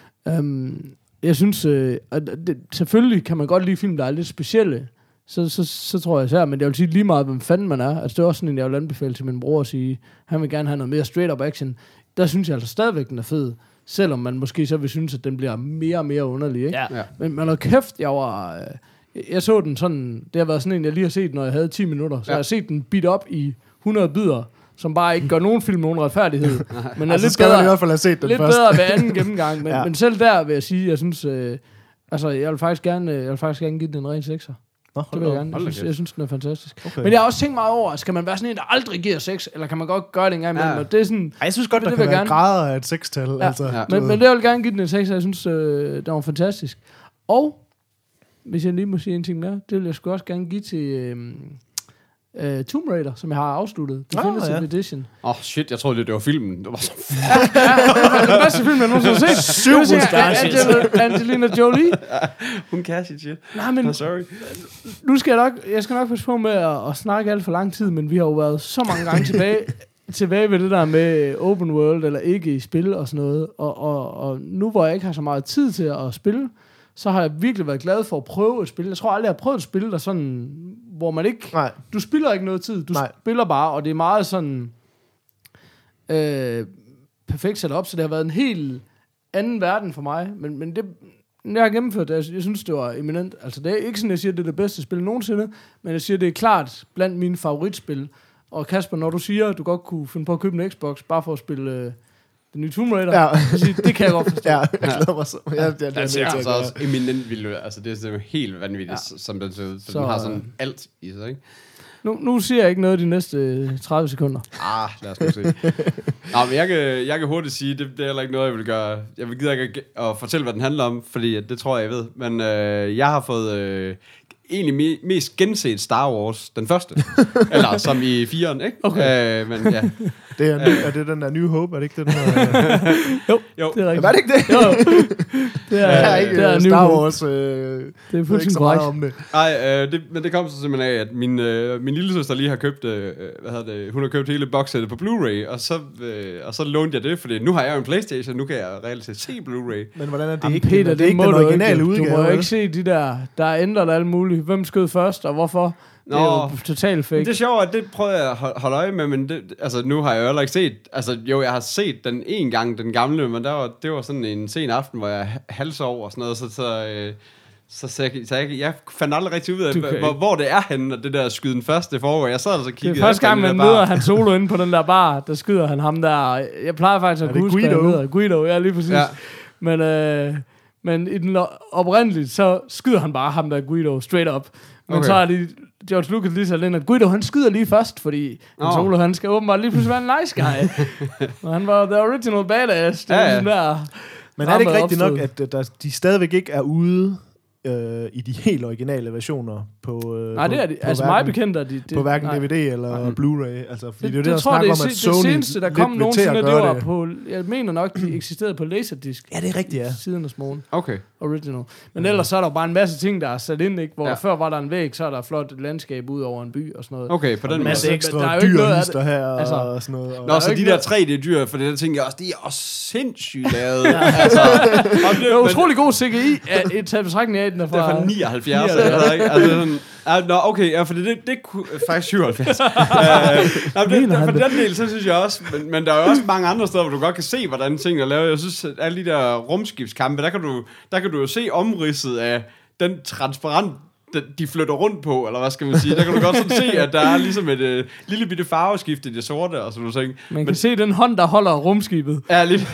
Um, jeg synes, øh, at det, selvfølgelig kan man godt lide film, der er lidt specielle, Så, så, så tror jeg især, men jeg vil sige lige meget, hvem fanden man er. Altså det er også sådan en, jeg vil anbefale til min bror at sige, han vil gerne have noget mere straight-up action. Der synes jeg altså stadigvæk, den er fed. Selvom man måske så vil synes, at den bliver mere og mere underlig, ikke? Ja. Men man har kæft, jeg var, Jeg, jeg så den sådan, det har været sådan en, jeg lige har set, når jeg havde ti minutter. Så ja. jeg har set den bit op i hundrede bidder, som bare ikke gør nogen film nogen retfærdighed. Men er altså, lidt skal bedre, man i hvert fald have set den lidt først. bedre ved anden gennemgang. Men, Ja. men selv der vil jeg sige, jeg synes, øh, altså jeg vil faktisk gerne, jeg vil faktisk gerne give den en ren sekser. Nå, Det vil jeg gerne. Jeg hold da synes, kæft. jeg synes, den er fantastisk. Okay. Men jeg har også tænkt mig over, skal man være sådan en, der aldrig giver sex, eller kan man godt gøre det en gang imellem? Ja. Og det er sådan, Ej, jeg synes godt, Det der vil kan jeg være gerne. grader af et sekstal. Ja. Altså, Ja. du men, ved. men det vil jeg gerne give den en sekser. Jeg synes, øh, den var fantastisk. Og, hvis jeg lige må sige en ting mere, det vil jeg sgu også gerne give til øh, øh, Tomb Raider, som jeg har afsluttet. Definitive Ah, ja. Edition. Åh, oh, shit, jeg troede lidt, det var filmen. Det var så Ja, det var den bedste film, jeg nogensinde har set. Syv Jeg vil sige, mustaches. Angel- Angelina Jolie. Hun kan sit shit. Nej, men I'm sorry. nu skal jeg nok, jeg skal nok passe på med at, at snakke alt for lang tid, men vi har jo været så mange gange tilbage, tilbage ved det der med open world, eller ikke i spil og sådan noget. Og, og, og nu hvor jeg ikke har så meget tid til at spille, så har jeg virkelig været glad for at prøve et spil. Jeg tror aldrig, jeg har prøvet et spil, der sådan, hvor man ikke... Nej. Du spiller ikke noget tid, du Nej. spiller bare, og det er meget sådan... Øh, perfekt sat op, så det har været en helt anden verden for mig. Men, men det... Jeg har gennemført det. Jeg, jeg synes, det var eminent. Altså, det er ikke sådan, jeg siger, det er det bedste spil nogensinde, men jeg siger, det er klart blandt mine favoritspil. Og Kasper, når du siger, at du godt kunne finde på at købe en Xbox, bare for at spille øh, den nye Tomb Raider, Ja. så siger, det kan jeg godt forstå. Ja, jeg glæder mig så. Ja, det, det, Den det, ser det, altså også eminent vild ud. Altså, det er sådan helt vanvittigt, ja. Som den ser ud. For Så, den har sådan alt i sig, ikke? Nu, nu siger jeg ikke noget de næste tredive sekunder. Ah, lad os nu se. Nå, men jeg kan, jeg kan hurtigt sige, det, det er heller ikke noget, jeg vil gøre. Jeg vil gider ikke at, at fortælle, hvad den handler om, fordi at det tror jeg, jeg ved. Men øh, jeg har fået øh, egentlig me- mest genset Star Wars, den første. Eller som i firen, ikke? Okay. Øh, men ja. det er, ny, er det den der New Hope? Er det ikke den der? Jo, Jo. det er rigtigt. Var det ikke det? Jo, det er, Jeg har ikke det er uh, New Star Hope. Wars. Øh, Det er jeg ved ikke fuldstændig så meget korrekt. om det. Nej, øh, det, men det kom så simpelthen af, at min, øh, min lille søster lige har købt, øh, hvad hedder det, hun har købt hele boxsættet på Blu-ray, og så, øh, og så lånte jeg det, fordi nu har jeg jo en PlayStation, nu kan jeg reelt set se Blu-ray. Men hvordan er det Jamen ikke? Peter, det det, er ikke må den du originale ikke. udgave. Du må jo vel? ikke se de der, der er ændret alt muligt. Hvem skød først, og hvorfor? Det er Nå. jo totalt fake. Men det er sjovt, at det prøver jeg at hold- holde øje med, men det, altså, nu har jeg jo heller ikke set, altså jo, jeg har set den en gang, den gamle, men der var, det var sådan en sen aften, hvor jeg halsov og sådan noget, så, så, øh, så, så, jeg, så jeg, jeg fandt aldrig rigtig ud af, Du kan hvor, ikke. hvor det er henne, og det der skyde den første foregår. Jeg sad og så Det kiggede er første gang, efter man den der møder bar. Han Solo inde på den der bar, der skyder han ham der. Jeg plejer faktisk at Er det kunne huske, hvad Guido? han hedder. Guido, ja, lige præcis. Ja. Men, øh, men i den lo- oprindeligt, så skyder han bare ham der Guido straight up. Men Okay. så er de, George Lucas lige så ind, at Guido, han skyder lige først, fordi Han Nå. Solo, han skal åbenbart lige pludselig være en nice guy. Og han var the original badass. Det Ja, var ja. sådan der... Men er det ikke Dramaet rigtigt nok, opstod. at der, de stadigvæk ikke er ude øh, i de helt originale versioner på øh, Nej, på, det er de. på Altså hverken, mig bekendt er de... Det, på hverken nej. D V D eller Nej. Blu-ray. Altså, fordi det, Det, det, er jo det, der jeg tror, snakker det, om, er at det, Sony det seneste, der lidt kom vil til nogensinde, at det gøre var det. på... Jeg mener nok, de eksisterede på Laserdisc. Ja, det er rigtigt, ja. Siden af morgen. Okay. Original. Men ellers så er der jo bare en masse ting, der er sat ind, ikke? Hvor Ja. ja. før var der en væg, så er der et flot landskab ud over en by og sådan noget. Okay, på den En måde. masse der er ekstra jo ikke dyr noget af hister her Altså, og sådan noget. Og Nå, er så jo de ikke der noget- tre D-dyr, for det der tænker jeg også, de er også sindssygt lavet. altså, og Det er utrolig god C G I, at et taget betragtning af den er Det er fra... fra nioghalvfjerds, nioghalvfjerds. eller ikke? Altså, sådan, ah, nå, okay, ja, for det, det, det kunne faktisk syvoghalvfjerds. uh, nej, det, Mener han for det? den del, så synes jeg også, men, men der er jo også mange andre steder, hvor du godt kan se, hvordan ting er lavet. Jeg synes, at alle de der rumskibskampe, der kan du, der kan du jo se omridset af den transparent, den- de flytter rundt på, eller hvad skal man sige. Der kan du godt sådan se, at der er ligesom et øh, lille bitte farveskift i det sorte, og sådan noget. Man kan Men- se den hånd, der holder rumskibet. Ja, lige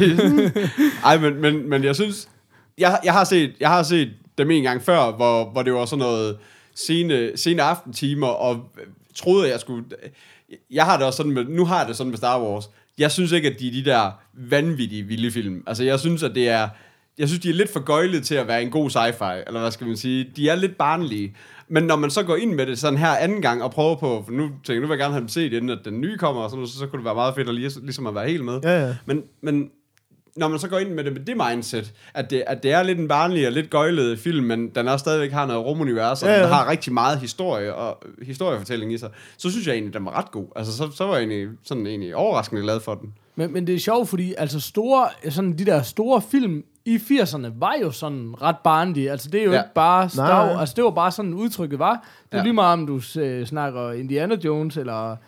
Ej, men, men, men jeg synes... Jeg, jeg, har set, jeg har set dem en gang før, hvor, hvor det var sådan noget sene, sene aftentimer, og øh, troede, at jeg skulle... Jeg har det også sådan med... Nu har jeg det sådan med Star Wars. Jeg synes ikke, at de er de der vanvittige vilde film. Altså, jeg synes, at det er... Jeg synes, de er lidt for gøjlet til at være en god sci-fi, eller hvad skal man sige. De er lidt barnlige. Men når man så går ind med det sådan her anden gang og prøver på... For nu tænker jeg, nu vil jeg gerne have dem set, inden at den nye kommer, og sådan noget, så, så kunne det være meget fedt at lige, ligesom at være helt med. Ja, ja. Men, men når man så går ind med det med det mindset, at det, at det er lidt en barnlig og lidt gøjlet film, men den også stadigvæk har noget rumunivers, og Ja, ja. den har rigtig meget historie og historiefortælling i sig, så synes jeg egentlig, den var ret god. Altså, så, så var jeg egentlig, sådan egentlig overraskende glad for den. Men, men det er sjovt, fordi altså store, sådan de der store film i firserne var jo sådan ret barnlige. Altså det er jo Ja. ikke bare Star Nej. Wars. Altså det var bare sådan udtrykket var. Det er Ja. lige meget om du øh, snakker Indiana Jones eller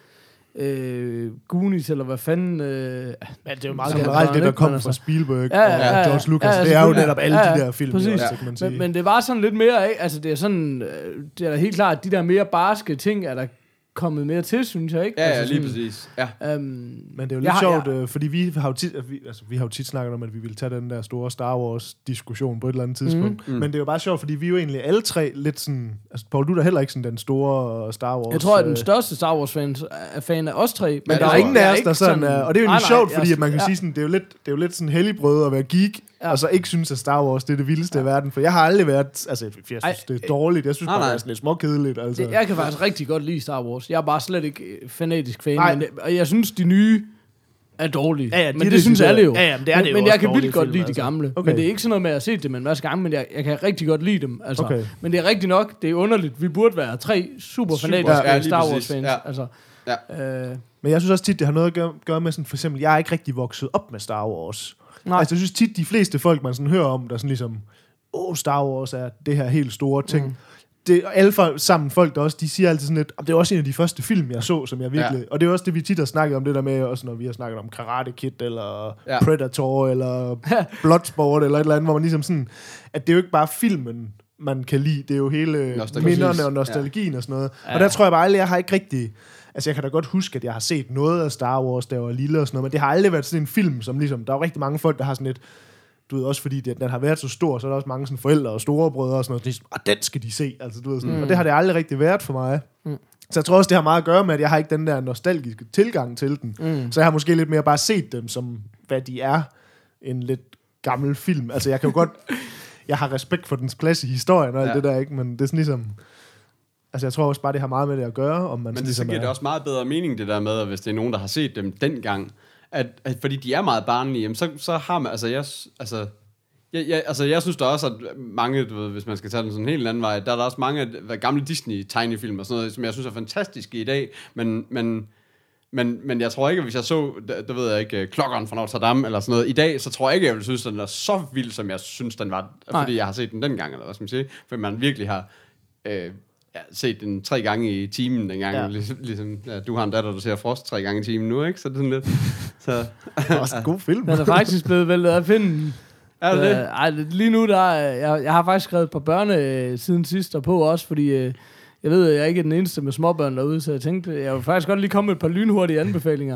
øh, Goonies, eller hvad fanden... Øh, Men det er jo meget Som generelt er det, der ikke, kom men fra altså- Spielberg Ja, ja, og ja, ja. George Lucas. Ja, ja, det er jo selvfølgelig. netop alle Ja, ja. de der film, Præcis. også, så kan man sige. Men, men det var sådan lidt mere af, altså det er sådan, øh, det er da helt klart, at de der mere barske ting er der kommet mere til, synes jeg, ikke? Ja, ja, altså lige sådan, præcis. Ja. Øhm, Men det er jo lidt jeg har- sjovt, jeg- øh, fordi vi har, jo tit, altså, vi, altså, vi har jo tit snakket om, at vi ville tage den der store Star Wars-diskussion på et eller andet tidspunkt. Mm. Mm. Men det er jo bare sjovt, fordi vi er jo egentlig alle tre lidt sådan... Altså, Paul, du er da heller ikke sådan den store Star Wars... Jeg tror, at den øh, største Star Wars-fan er fan af os tre. Men Men Ja, der er det ingen tror af jeg os, ikke der sådan er... Og det er jo Nej, egentlig nej, sjovt, fordi jeg- at man kan ja. sige sådan, det er jo lidt, det er jo lidt sådan helligbrød at være geek, Ja. og så ikke synes, at Star Wars det er det vildeste Ja. i verden. For jeg har aldrig været... Altså, jeg synes, Ej, det er dårligt. Jeg synes nej, bare, det nej. er sådan lidt småkedeligt. Altså. Det, jeg kan faktisk rigtig godt lide Star Wars. Jeg er bare slet ikke øh, fanatisk fan. Nej. Men, og jeg synes, de nye er dårlige. Ja, ja, de men er det synes decideret- alle jo. Ja, ja, men det er det jo men også jeg kan dårlige vildt godt film, lide de altså. gamle. Okay. Men det er ikke sådan noget med at have set dem en masse gange, men jeg, jeg kan rigtig godt lide dem. Altså. Okay. Men det er rigtigt nok, det er underligt. Vi burde være tre super Super, fanatiske ja, lige Star præcis. Wars fans. Ja. Altså, Ja. øh, Men jeg synes også tit, det har noget at gøre, gøre med sådan, for eksempel, jeg er ikke rigtig vokset op med Star Wars. nej. Altså, jeg synes tit, de fleste folk, man sådan hører om, der sådan ligesom, åh, Star Wars er det her helt store ting. Mm. Det, og alle folk, sammen folk, der også, de siger altid sådan lidt, det er også en af de første film, jeg så, som jeg virkelig... Ja. Og det er også det, vi tit har snakket om, det der med, også når vi har snakket om Karate Kid, eller Ja. ja. Predator, eller Bloodsport, eller et eller andet, hvor man ligesom sådan, at det er jo ikke bare filmen, man kan lide, det er jo hele Nostalgi. minderne og nostalgien ja. og sådan noget. Ja. Og der tror jeg bare aldrig, jeg har ikke rigtig... Altså, jeg kan da godt huske, at jeg har set noget af Star Wars, da jeg var lille og sådan noget, men det har aldrig været sådan en film, som ligesom... Der er jo rigtig mange folk, der har sådan et... Du ved, også fordi det, den har været så stor, så er der også mange sådan forældre og storebrødre og sådan noget, ligesom, ah, den skal de se, altså, du ved, sådan. Mm. Og det har det aldrig rigtig været for mig. Mm. Så jeg tror også, det har meget at gøre med, at jeg har ikke den der nostalgiske tilgang til den. Mm. Så jeg har måske lidt mere bare set dem som, hvad de er, en lidt gammel film. Altså, jeg kan jo godt... Jeg har respekt for dens plads i historien og alt Ja. det der, ikke? Men det er sådan ligesom... Altså, jeg tror også bare, det har meget med det at gøre, om man Men sådan det, ligesom så giver er... det også meget bedre mening, det der med, at hvis det er nogen, der har set dem dengang, at, at fordi de er meget barnlige, jamen så, så har man, altså jeg, altså, jeg, jeg, altså jeg synes da også, at mange, du ved, hvis man skal tage den sådan en helt anden vej, der er der også mange af gamle Disney-tegnefilm og sådan noget, som jeg synes er fantastiske i dag, men, men, men, men jeg tror ikke, at hvis jeg så, der ved jeg ikke, Klokkeren fra Notre Dame eller sådan noget, i dag, så tror jeg ikke, jeg vil synes, at den er så vild, som jeg synes, den var, Nej. fordi jeg har set den dengang, eller hvad skal man sige, fordi man virkelig har... Øh, Ja, set den tre gange i timen dengang. Ja. Ja. Ligesom, ligesom ja, du har en datter, der ser Frost tre gange i timen nu, ikke? Så det er sådan lidt... Så, Det er også en god film. Den er faktisk blevet væltet af pinden. er det det? Øh, ej, lige nu, der er, jeg, jeg har faktisk skrevet et par børne øh, siden sidst og på også, fordi øh, jeg ved, at jeg ikke er den eneste med småbørn derude, så jeg tænkte, jeg vil faktisk godt lige komme med et par lynhurtige anbefalinger.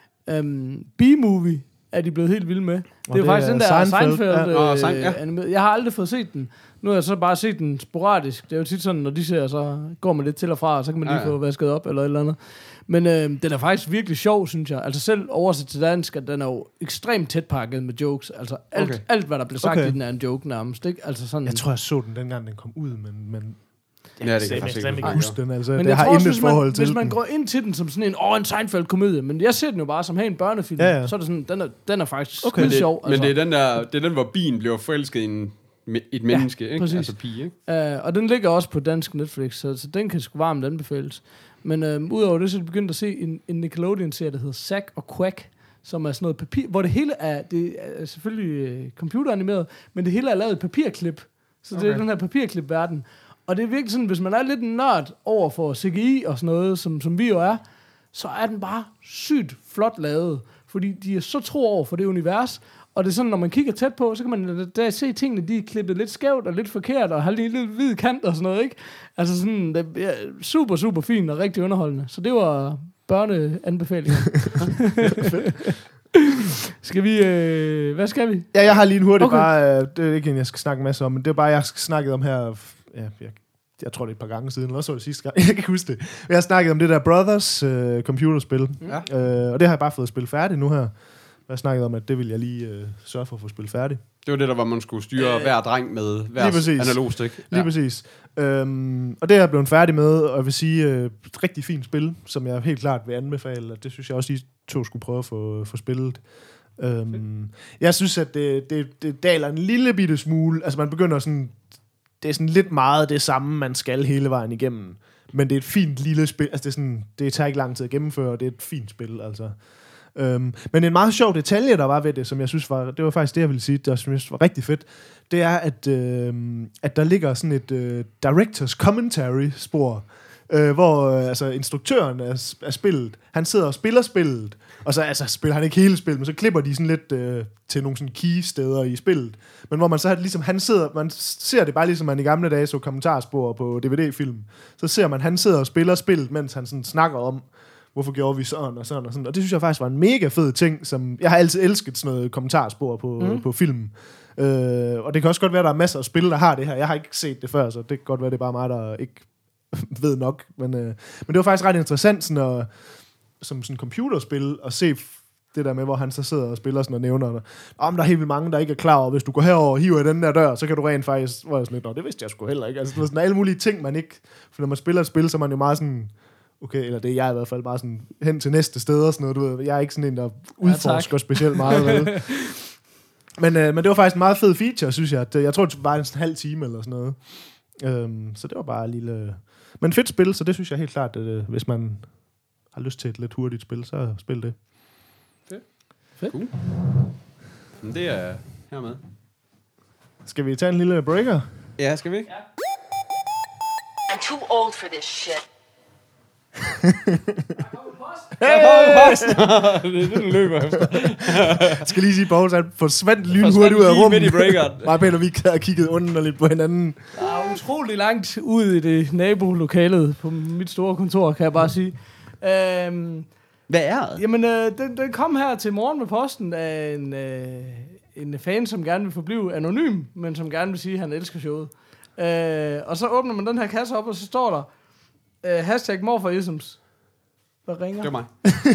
Um, B-Movie er de blevet helt vilde med. Det er jo det faktisk er den der Seinfeld. Seinfeld, Ja. Seinfeld Nå, øh, Sein- ja. animeret. Jeg har aldrig fået set den. Nu har jeg så bare set den sporadisk. Det er jo tit sådan, når de ser, så går man lidt til og fra, og så kan man lige Ja, ja. få vasket op eller et eller andet. Men øh, den er faktisk virkelig sjov, synes jeg. Altså selv oversat til dansk, at den er jo ekstremt tæt pakket med jokes. Altså alt, Okay. okay. alt hvad der bliver sagt Okay. i den er en joke nærmest, ikke? Altså sådan... Jeg tror, jeg så den dengang, den kom ud, men... men Ja, det kan jeg jeg faktisk kan ikke ikke huske den, altså. Men Det jeg har tror også, intet hvis man, forhold til hvis man den. går ind til den som sådan en, åh, en Seinfeld-komedie, men jeg ser den jo bare som, hey, en børnefilm, Ja, ja. så er det sådan, den er, den er faktisk Okay. okay. Men, det, sjov. men det er den der, det er den, hvor bien bliver forelsket i en, et menneske, ikke? præcis. Altså pige, ikke? Uh, og den ligger også på dansk Netflix, så, så den kan sgu varmt anbefales. Men uh, udover det, så er jeg begyndt at se en, en Nickelodeon-serie, der hedder Zack og Quack, som er sådan noget papir, hvor det hele er, det er selvfølgelig uh, computeranimeret, men det hele er lavet i papirklip. Så okay. det er Okay. den her papirklip-verden. Og det er virkelig sådan, hvis man er lidt en nørd over for C G I og sådan noget, som, som vi jo er, så er den bare sygt flot lavet. Fordi de er så tro over for det univers, og det er sådan, når man kigger tæt på, så kan man der se tingene, de er klippet lidt skævt og lidt forkert, og har lige lidt hvid kant og sådan noget, ikke? Altså sådan, det er super, super fint og rigtig underholdende. Så det var børneanbefalinger. Skal vi, øh, hvad skal vi? Ja, jeg har lige en hurtig Okay. okay. bare... Øh, det er ikke en, jeg skal snakke en masse om, men det er bare, jeg har snakket om her... Ja, jeg, jeg tror, det er et par gange siden, eller også var det sidste gang. Jeg kan ikke huske det. Jeg har snakket om det der Brothers øh, computerspil. Ja. Øh, og det har jeg bare fået spillet færdigt nu her. Jeg har snakket om, at det vil jeg lige øh, sørge for at få spillet færdigt. Det var det der, hvor man skulle styre hver dreng med hver lige præcis. analog stik. Lige ja. præcis. Øhm, og det er jeg blevet færdig med, og jeg vil sige, øh, et rigtig fint spil, som jeg helt klart vil anbefale, og det synes jeg også, I to skulle prøve at få, få spillet. Øhm, jeg synes, at det, det, det daler en lille bitte smule, altså man begynder sådan, det er sådan lidt meget det samme, man skal hele vejen igennem, men det er et fint lille spil, altså det, er sådan, det tager ikke lang tid at gennemføre, og det er et fint spil, altså. Øhm, men en meget sjov detalje, der var ved det, som jeg synes var, det var faktisk det, jeg ville sige, der som jeg synes var rigtig fedt, det er, at, øh, at der ligger sådan et øh, director's commentary-spor øh, hvor øh, altså, instruktøren af, af spillet, han sidder og spiller spillet, og så altså, spiller han ikke hele spillet, men så klipper de sådan lidt øh, til nogle sådan key-steder i spillet. Men hvor man så ligesom, han sidder, man ser det bare ligesom man i gamle dage så kommentarspor på D V D-film. Så ser man, han sidder og spiller spillet, mens han sådan snakker om, hvorfor gjorde vi sådan og sådan og sådan. Og det synes jeg faktisk var en mega fed ting, som jeg har altid elsket sådan noget kommentarspor på, mm. på film. Øh, og det kan også godt være, at der er masser af spil, der har det her. Jeg har ikke set det før, så det kan godt være, det er bare mig, der ikke ved nok. Men, øh, men det var faktisk ret interessant sådan at, som sådan computerspil at se det der med, hvor han så sidder og spiller sådan og nævner, om der er helt vildt mange, der ikke er klar over, hvis du går herover og hiver i den der dør, så kan du rent faktisk, hvor jeg sådan lidt, nå, det vidste jeg sgu heller ikke. Altså, det var sådan alle mulige ting, man ikke, for når man spiller et spil, så er man jo meget sådan, okay, eller det er jeg i hvert fald bare sådan, hen til næste sted og sådan noget, du ved, jeg er ikke sådan en, der udforsker ja, specielt meget, vel? Men, øh, men det var faktisk en meget fed feature, synes jeg. At, jeg tror, det var en halv time eller sådan noget. Øhm, så det var bare en lille... Men fedt spil, så det synes jeg helt klart, at øh, hvis man har lyst til et lidt hurtigt spil, så spil det. Fedt. Fedt. Cool. Men det er hermed. Skal vi tage en lille breaker? Ja, skal vi ikke? Ja. I'm too old for this shit. Hey! Det er det, den løber efter. Jeg skal lige sige, Bogens, han forsvandt lynhurtigt ud af rummet. Midt i breakeren. Mig og Peter, vi havde kigget underligt på hinanden. Der er utrolig langt ud i det nabolokalet på mit store kontor, kan jeg bare sige. Øhm, Hvad er det? Jamen, øh, den, den kom her til morgen med posten af en, øh, en fan, som gerne vil forblive anonym, men som gerne vil sige, at han elsker showet. Øh, og så åbner man den her kasse op, og så står der øh, hashtag morfarisms. Hvad ringer? Det var mig.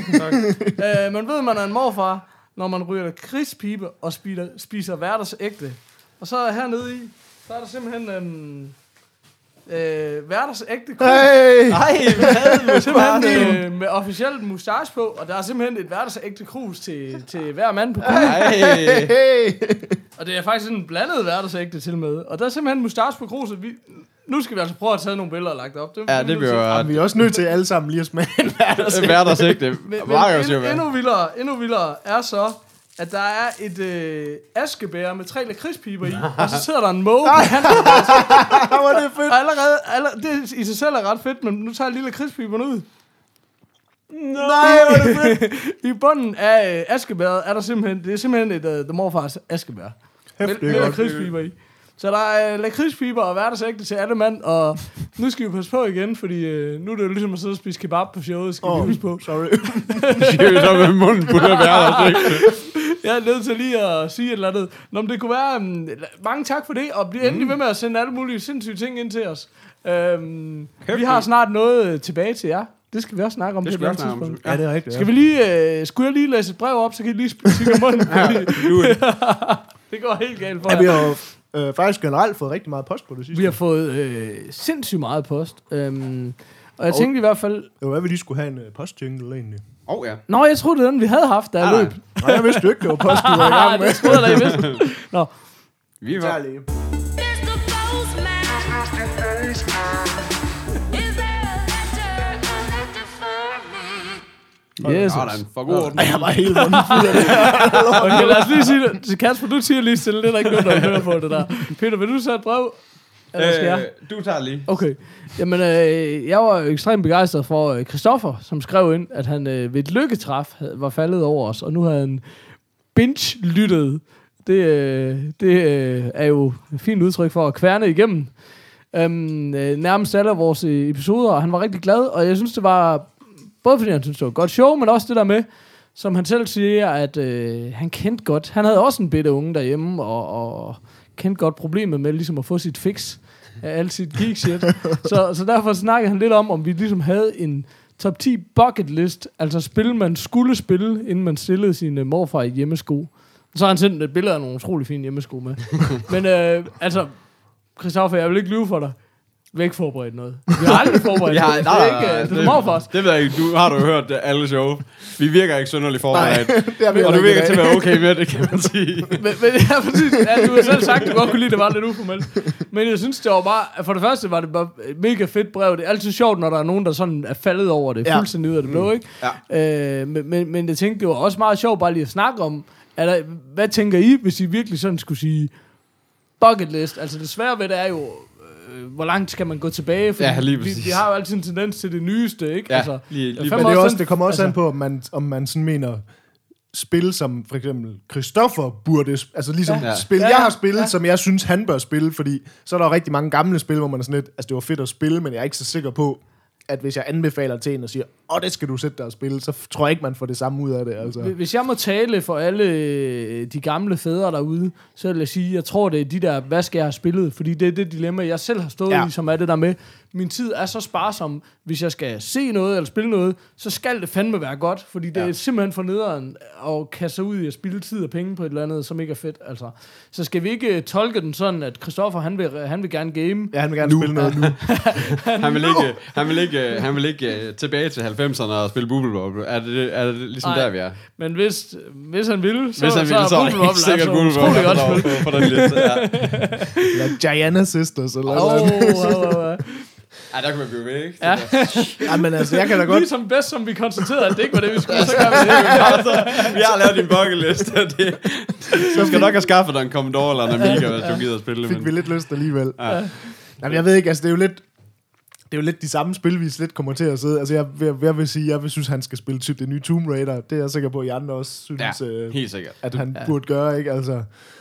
øh, man ved, man er en morfar, når man ryger krigspibe og spiser, spiser hverdagsægte. Og så hernede i, så er der simpelthen en øh, hverdagsægte krus. Hey! Nej, hvad? Simpelthen øh, med officielt mustache på, og der er simpelthen et hverdagsægte krus til, til hver mand på kuglen. Hey. Hey! Og det er faktisk sådan en blandet hverdagsægte til med. Og der er simpelthen mustache på kruset. Vi, nu skal vi altså prøve at tage nogle billeder og lagt op. Det, Ja, det bliver... Jamen, vi er også nødt til alle sammen lige at smage en hverdagsægte. Hverdagsægte. Men, men Marius, endnu, endnu, vildere, endnu vildere er så, at der er et øh, askebær med tre lakridspiber i, og så sidder der en måge på handen. Hvor er det fedt. Og allerede, allerede, det i sig selv er ret fedt, men nu tager jeg lige lakridspiberne ud. Nej, hvor er det fedt. I bunden af øh, askebæret er der simpelthen, det er simpelthen et uh, The Morfars askebær. Hæftigt Med, med godt. lakridspiber i. Så der er øh, lakridspiber og hverdagsægte til alle mand, og nu skal vi passe på igen, fordi øh, nu er det jo ligesom at sidde og spise kebab på showet, skal Oh, vi huske på. sorry. Siger vi så med munden på det hverdagsægte. Jeg er nødt til lige at sige et eller andet. Nå, men det kunne være... Um, mange tak for det, og bliv mm. endelig ved med at sende alle mulige sindssyge ting ind til os. Um, vi har snart noget tilbage til jer. Det skal vi også snakke om Det på skal et vi også snakke om. tidspunkt. Ja, det er rigtigt. Skal vi lige... Uh, skulle jeg lige læse et brev op, så kan I lige spille i munden? Ja, Det går helt galt for Ja, jer. vi har jo øh, faktisk generelt fået rigtig meget post på det sidste. Vi har fået øh, sindssygt meget post. Um, og jeg Og- tænkte i hvert fald... Det var, hvad vi lige skulle have en uh, postjingle egentlig. Åh, oh, ja. Nå, jeg troede, det er den, vi havde haft, der Nej, er nej. løb. Nej, jeg vidste jo ikke, det var post, du var i gang med. Det troede jeg da, I vidste. Nå, Vi Tag var... lige. Mister Postman, is there a letter, a letter for me? Jesus. Ah, der er en for god orden. Ej, jeg var helt munden fuld af det. Okay, lad os lige sige det. Til Kasper, du siger lige stille. Det er der ikke noget, der hører på det der. Peter, vil du så et brev? Eller skal jeg? Øh, du tager lige. Okay. Jamen, øh, jeg var jo ekstremt begejstret for øh, Christoffer, som skrev ind, at han øh, ved et lykketræf havde, var faldet over os, og nu havde han binge-lyttet. Det, øh, det øh, er jo et fint udtryk for at kværne igennem øhm, øh, nærmest alle af vores øh, episoder, og han var rigtig glad, og jeg synes, det var, både fordi han synes, det var et godt show, men også det der med, som han selv siger, at øh, han kendte godt. Han havde også en bitte unge derhjemme, og, og kendte godt problemet med ligesom at få sit fix af alt sit geek shit. så, så derfor snakkede han lidt om, om vi ligesom havde en top ti bucket list, altså spil, man skulle spille, inden man stillede sin uh, morfar i hjemmesko. Så har han sendt et billede af nogle utrolig fine hjemmesko med. Men øh, altså, Christoffer, jeg vil ikke lyve for dig. Vi har ikke forberedt noget. Vi har aldrig forberedt Ja, noget. nej, Det er nej, ikke, nej, øh, det er morfars. Det ved jeg ikke. Du har du hørt det, alle show. Vi virker ikke synderligt forberedt. Det er vi Og du heller ikke virker i til at dag. være okay med det, kan man sige. Men, men ja, præcis. Ja, du har selv sagt, at du godt kunne lide, det var lidt uformelt. Men jeg synes, det var bare... For det første var det bare et mega fedt brev. Det er altid sjovt, når der er nogen, der sådan er faldet over det. Ja. Fuldstændig ud af det blå, ikke? Ja. Øh, men, men, men jeg tænkte, det var også meget sjovt bare lige at snakke om, er der, hvad tænker I, hvis I virkelig sådan skulle sige bucket list? Altså det svære ved det er jo, øh, hvor langt skal man gå tilbage? Fordi Ja, lige vi, præcis. vi har jo altid en tendens til det nyeste, ikke? Ja, altså, lige- lige fandme Men det, er også, den- det kommer også altså, an på, om man, om man sådan mener spil, som for eksempel Christoffer burde, sp- altså ligesom Ja. ja. spil, Ja, jeg ja, har spillet, ja. ja. som jeg synes, han bør spille, fordi så er der jo rigtig mange gamle spil, hvor man er sådan lidt, altså det var fedt at spille, men jeg er ikke så sikker på, at hvis jeg anbefaler til en og siger, åh, oh, det skal du sætte dig og spille, så tror jeg ikke, man får det samme ud af det, altså. Hvis jeg må tale for alle øh, de gamle fædre derude, så vil jeg sige, jeg tror, det er de der, hvad skal jeg have spillet? Fordi det er det dilemma, jeg selv har stået ja. Ja. i, som er det der med, min tid er så sparsom, hvis jeg skal se noget eller spille noget, så skal det fandme være godt, fordi det ja. er simpelthen for nederen at kaste sig ud i at spille tid og penge på et eller andet, som ikke er fedt, altså. Så skal vi ikke tolke den sådan, at Christoffer, han vil, han vil gerne game. Ja, han vil gerne nu. spille noget nu. Han vil ikke, han vil ikke, han vil ikke uh, tilbage til halvfemserne og spille Bubble Bobble. Er det, er det ligesom Ej. der, vi er? Men hvis, hvis han ville, så, Hvis han så, ville, så er Bubble det Bobble helt sikkert altså Bubble utrolig Bobble godt spil. på, på den liste. Ja. Eller Gianna Sisters, eller Åh, oh. sådan. oh, oh, oh. Ja, der kunne vi blive ved, ikke? Ja. Ja, men altså, jeg kan da godt... Ligesom bedst, som vi konstaterede, at det ikke var det, vi skulle, så gør vi det. Vi har lavet din bucket list. Det, du skal nok have skaffet dig en Commodore eller en Amiga, hvis du gider at spille. Fik vi Men. lidt lyst alligevel. Ja. Jamen, jeg ved ikke, altså det er jo lidt... Det er jo lidt de samme spil, vi lidt kommer til at sidde. Altså, jeg, jeg, jeg vil sige, jeg vil synes, han skal spille typ det nye Tomb Raider. Det er jeg sikker på, at I andre også synes, Ja, øh, helt sikkert. at han ja. burde gøre, ikke? Altså,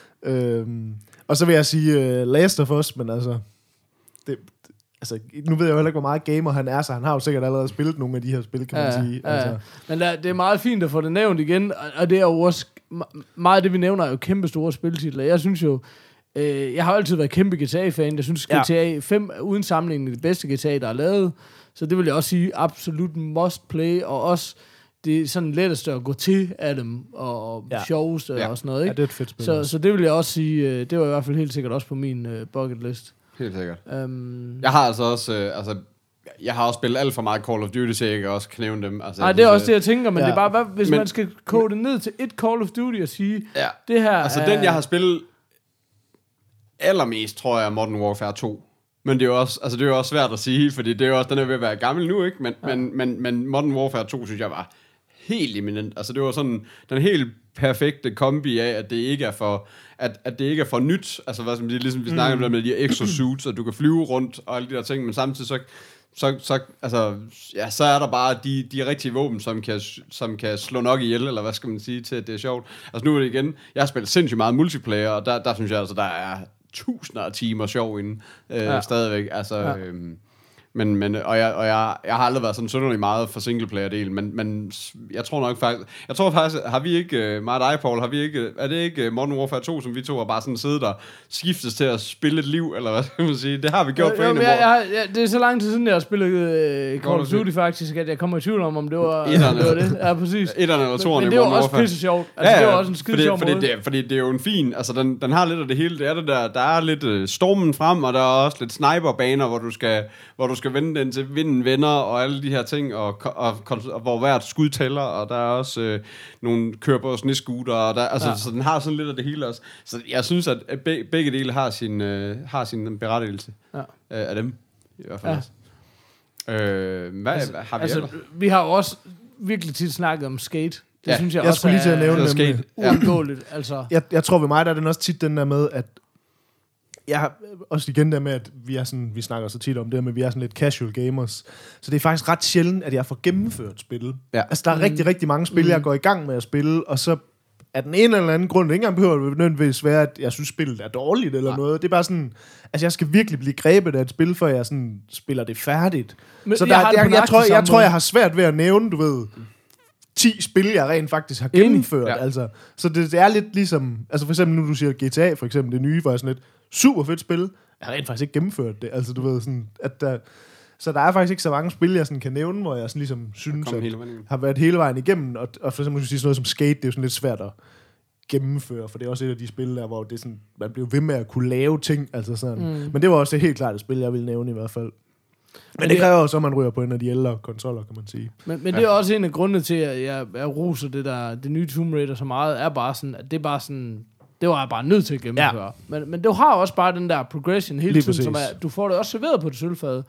øhm, og så vil jeg sige uh, Last of Us, men altså... Det, altså, nu ved jeg jo heller ikke, hvor meget gamer han er, så han har jo sikkert allerede spillet nogle af de her spil, kan man sige. Ja, Altså, ja. Men der, det er meget fint at få det nævnt igen, og, og det er jo også... Meget af det, vi nævner, er jo kæmpe store spiltitler. Jeg synes jo... Øh, jeg har jo altid været kæmpe G T A-fan. Jeg synes, Ja. G T A fem er uden sammenligning det bedste G T A, der er lavet. Så det vil jeg også sige, absolut must play, og også det er sådan letteste at gå til af dem, og Ja. sjoveste Ja. og sådan noget, ja, ikke? det er et fedt spil. Så, så det vil jeg også sige, øh, det var i hvert fald helt sikkert også på min øh, bucket list. Helt sikkert. Um, Jeg har altså også... Øh, altså, jeg har også spillet alt for meget Call of Duty, så jeg kan også knævne dem. Altså, Nej, jeg det er synes, også det, jeg tænker, men Ja. det er bare, hvad, hvis Men- man skal kode det ned til et Call of Duty og sige, Ja. det her Altså, er... den jeg har spillet allermest, tror jeg, er Modern Warfare to. Men det er jo også, altså, det er jo også svært at sige, fordi det er jo også, den er ved at være gammel nu, ikke? Men, ja. men, men, men Modern Warfare to, synes jeg, var helt eminent. Altså, det var sådan den helt perfekte kombi af, at det ikke er for, at, at det ikke er for nyt. Altså, hvad som det, ligesom vi snakker mm. om, med de her exosuits, at du kan flyve rundt og alle de der ting, men samtidig så, så, så, altså, ja, så er der bare de, de rigtige våben, som kan, som kan slå nok ihjel, eller hvad skal man sige, til at det er sjovt. Altså, nu er det igen, jeg har spillet sindssygt meget multiplayer, og der, der synes jeg altså, der er tusinder af timer sjov inde, øh, Ja. ja. stadigvæk. Altså, Ja. ja. øhm, men, men, og jeg, og jeg, jeg har aldrig været sådan synderligt meget for singleplayer-delen, men, men jeg tror nok faktisk, jeg tror faktisk, har vi ikke, mig og dig, Paul, har vi ikke, er det ikke Modern Warfare to, som vi to har bare sådan siddet der, skiftes til at spille et liv, eller hvad skal man sige? Det har vi gjort Jo, på jo, en men af jeg, vores. jeg, jeg, det er så lang tid siden, jeg har spillet øh, Call of of Duty. Duty faktisk, at jeg kommer i tvivl om, om det var, Etterne. det, var det. Ja, præcis. Etterne eller Men, toerne men i det var Modern også Warfare. pisse sjovt. Altså, det var også en skide fordi, sjov fordi måde. det, er- fordi det er jo en fin, altså den, den har lidt af det hele, det er det der, der er lidt øh, stormen frem, og der er også lidt sniperbaner, hvor du skal, hvor du skal vende den til vinden vender, og alle de her ting, og, og, og, og hvor hvert skud tæller, og der er også øh, nogle kører på snescooter, og der, altså, Ja. ja. så den har sådan lidt af det hele også. Så jeg synes, at be, begge dele har sin, øh, har sin berettigelse Ja. øh, af dem, i hvert fald Ja. også. Øh, hvad, altså, hvad har vi Altså, ellers? vi har jo også virkelig tit snakket om skate. Det Ja, synes jeg, jeg også skulle lige til at nævne Eller dem. skate. Ja. uundgåeligt. Altså, jeg, jeg tror ved mig, der er den også tit den der med, at jeg har også igen der med, at vi er sådan, vi snakker så tit om det, men vi er sådan lidt casual gamers. Så det er faktisk ret sjældent, at jeg får gennemført spil. Ja. Altså, der er mm. rigtig, rigtig mange spil, mm. jeg går i gang med at spille, og så er den ene eller anden grund, det ikke engang behøver det nødvendigvis være, at jeg synes, spillet er dårligt eller Nej. noget. Det er bare sådan, altså jeg skal virkelig blive grebet af et spil, før jeg sådan spiller det færdigt. Men så jeg der, har det jeg, på jeg, jeg, nøjagtig tror, jeg, samme jeg tror, måde. jeg har svært ved at nævne, du ved, ti spil, jeg rent faktisk har Enig. gennemført. Ja. Altså. Så det, det er lidt ligesom, altså for eksempel nu, du siger G T A, for eksempel det nye, var sådan et super fedt spil. Jeg har rent faktisk ikke gennemført det. Altså du ved sådan, at der, så der er faktisk ikke så mange spil, jeg sådan kan nævne, hvor jeg sådan ligesom synes, Kom at hele vejen igennem. har været hele vejen igennem. Og, og for eksempel, du sige sådan noget som Skate, det er jo sådan lidt svært at gennemføre, for det er også et af de spil der, hvor det er sådan, man bliver ved med at kunne lave ting, altså sådan. Mm. Men det var også et helt klart et spil, jeg ville nævne i hvert fald. Men, Men det, det- kræver også, at man ryger på en af de ældre konsoller, kan man sige. Men, men det er også en af grundene til, at jeg, jeg roser det der, det nye Tomb Raider så meget, er bare sådan, at det er bare sådan, det var jeg bare nødt til at gennemføre. Ja. Men, men du har også bare den der progression hele Lige tiden, som præcis. er, du får det også serveret på et sølvfad.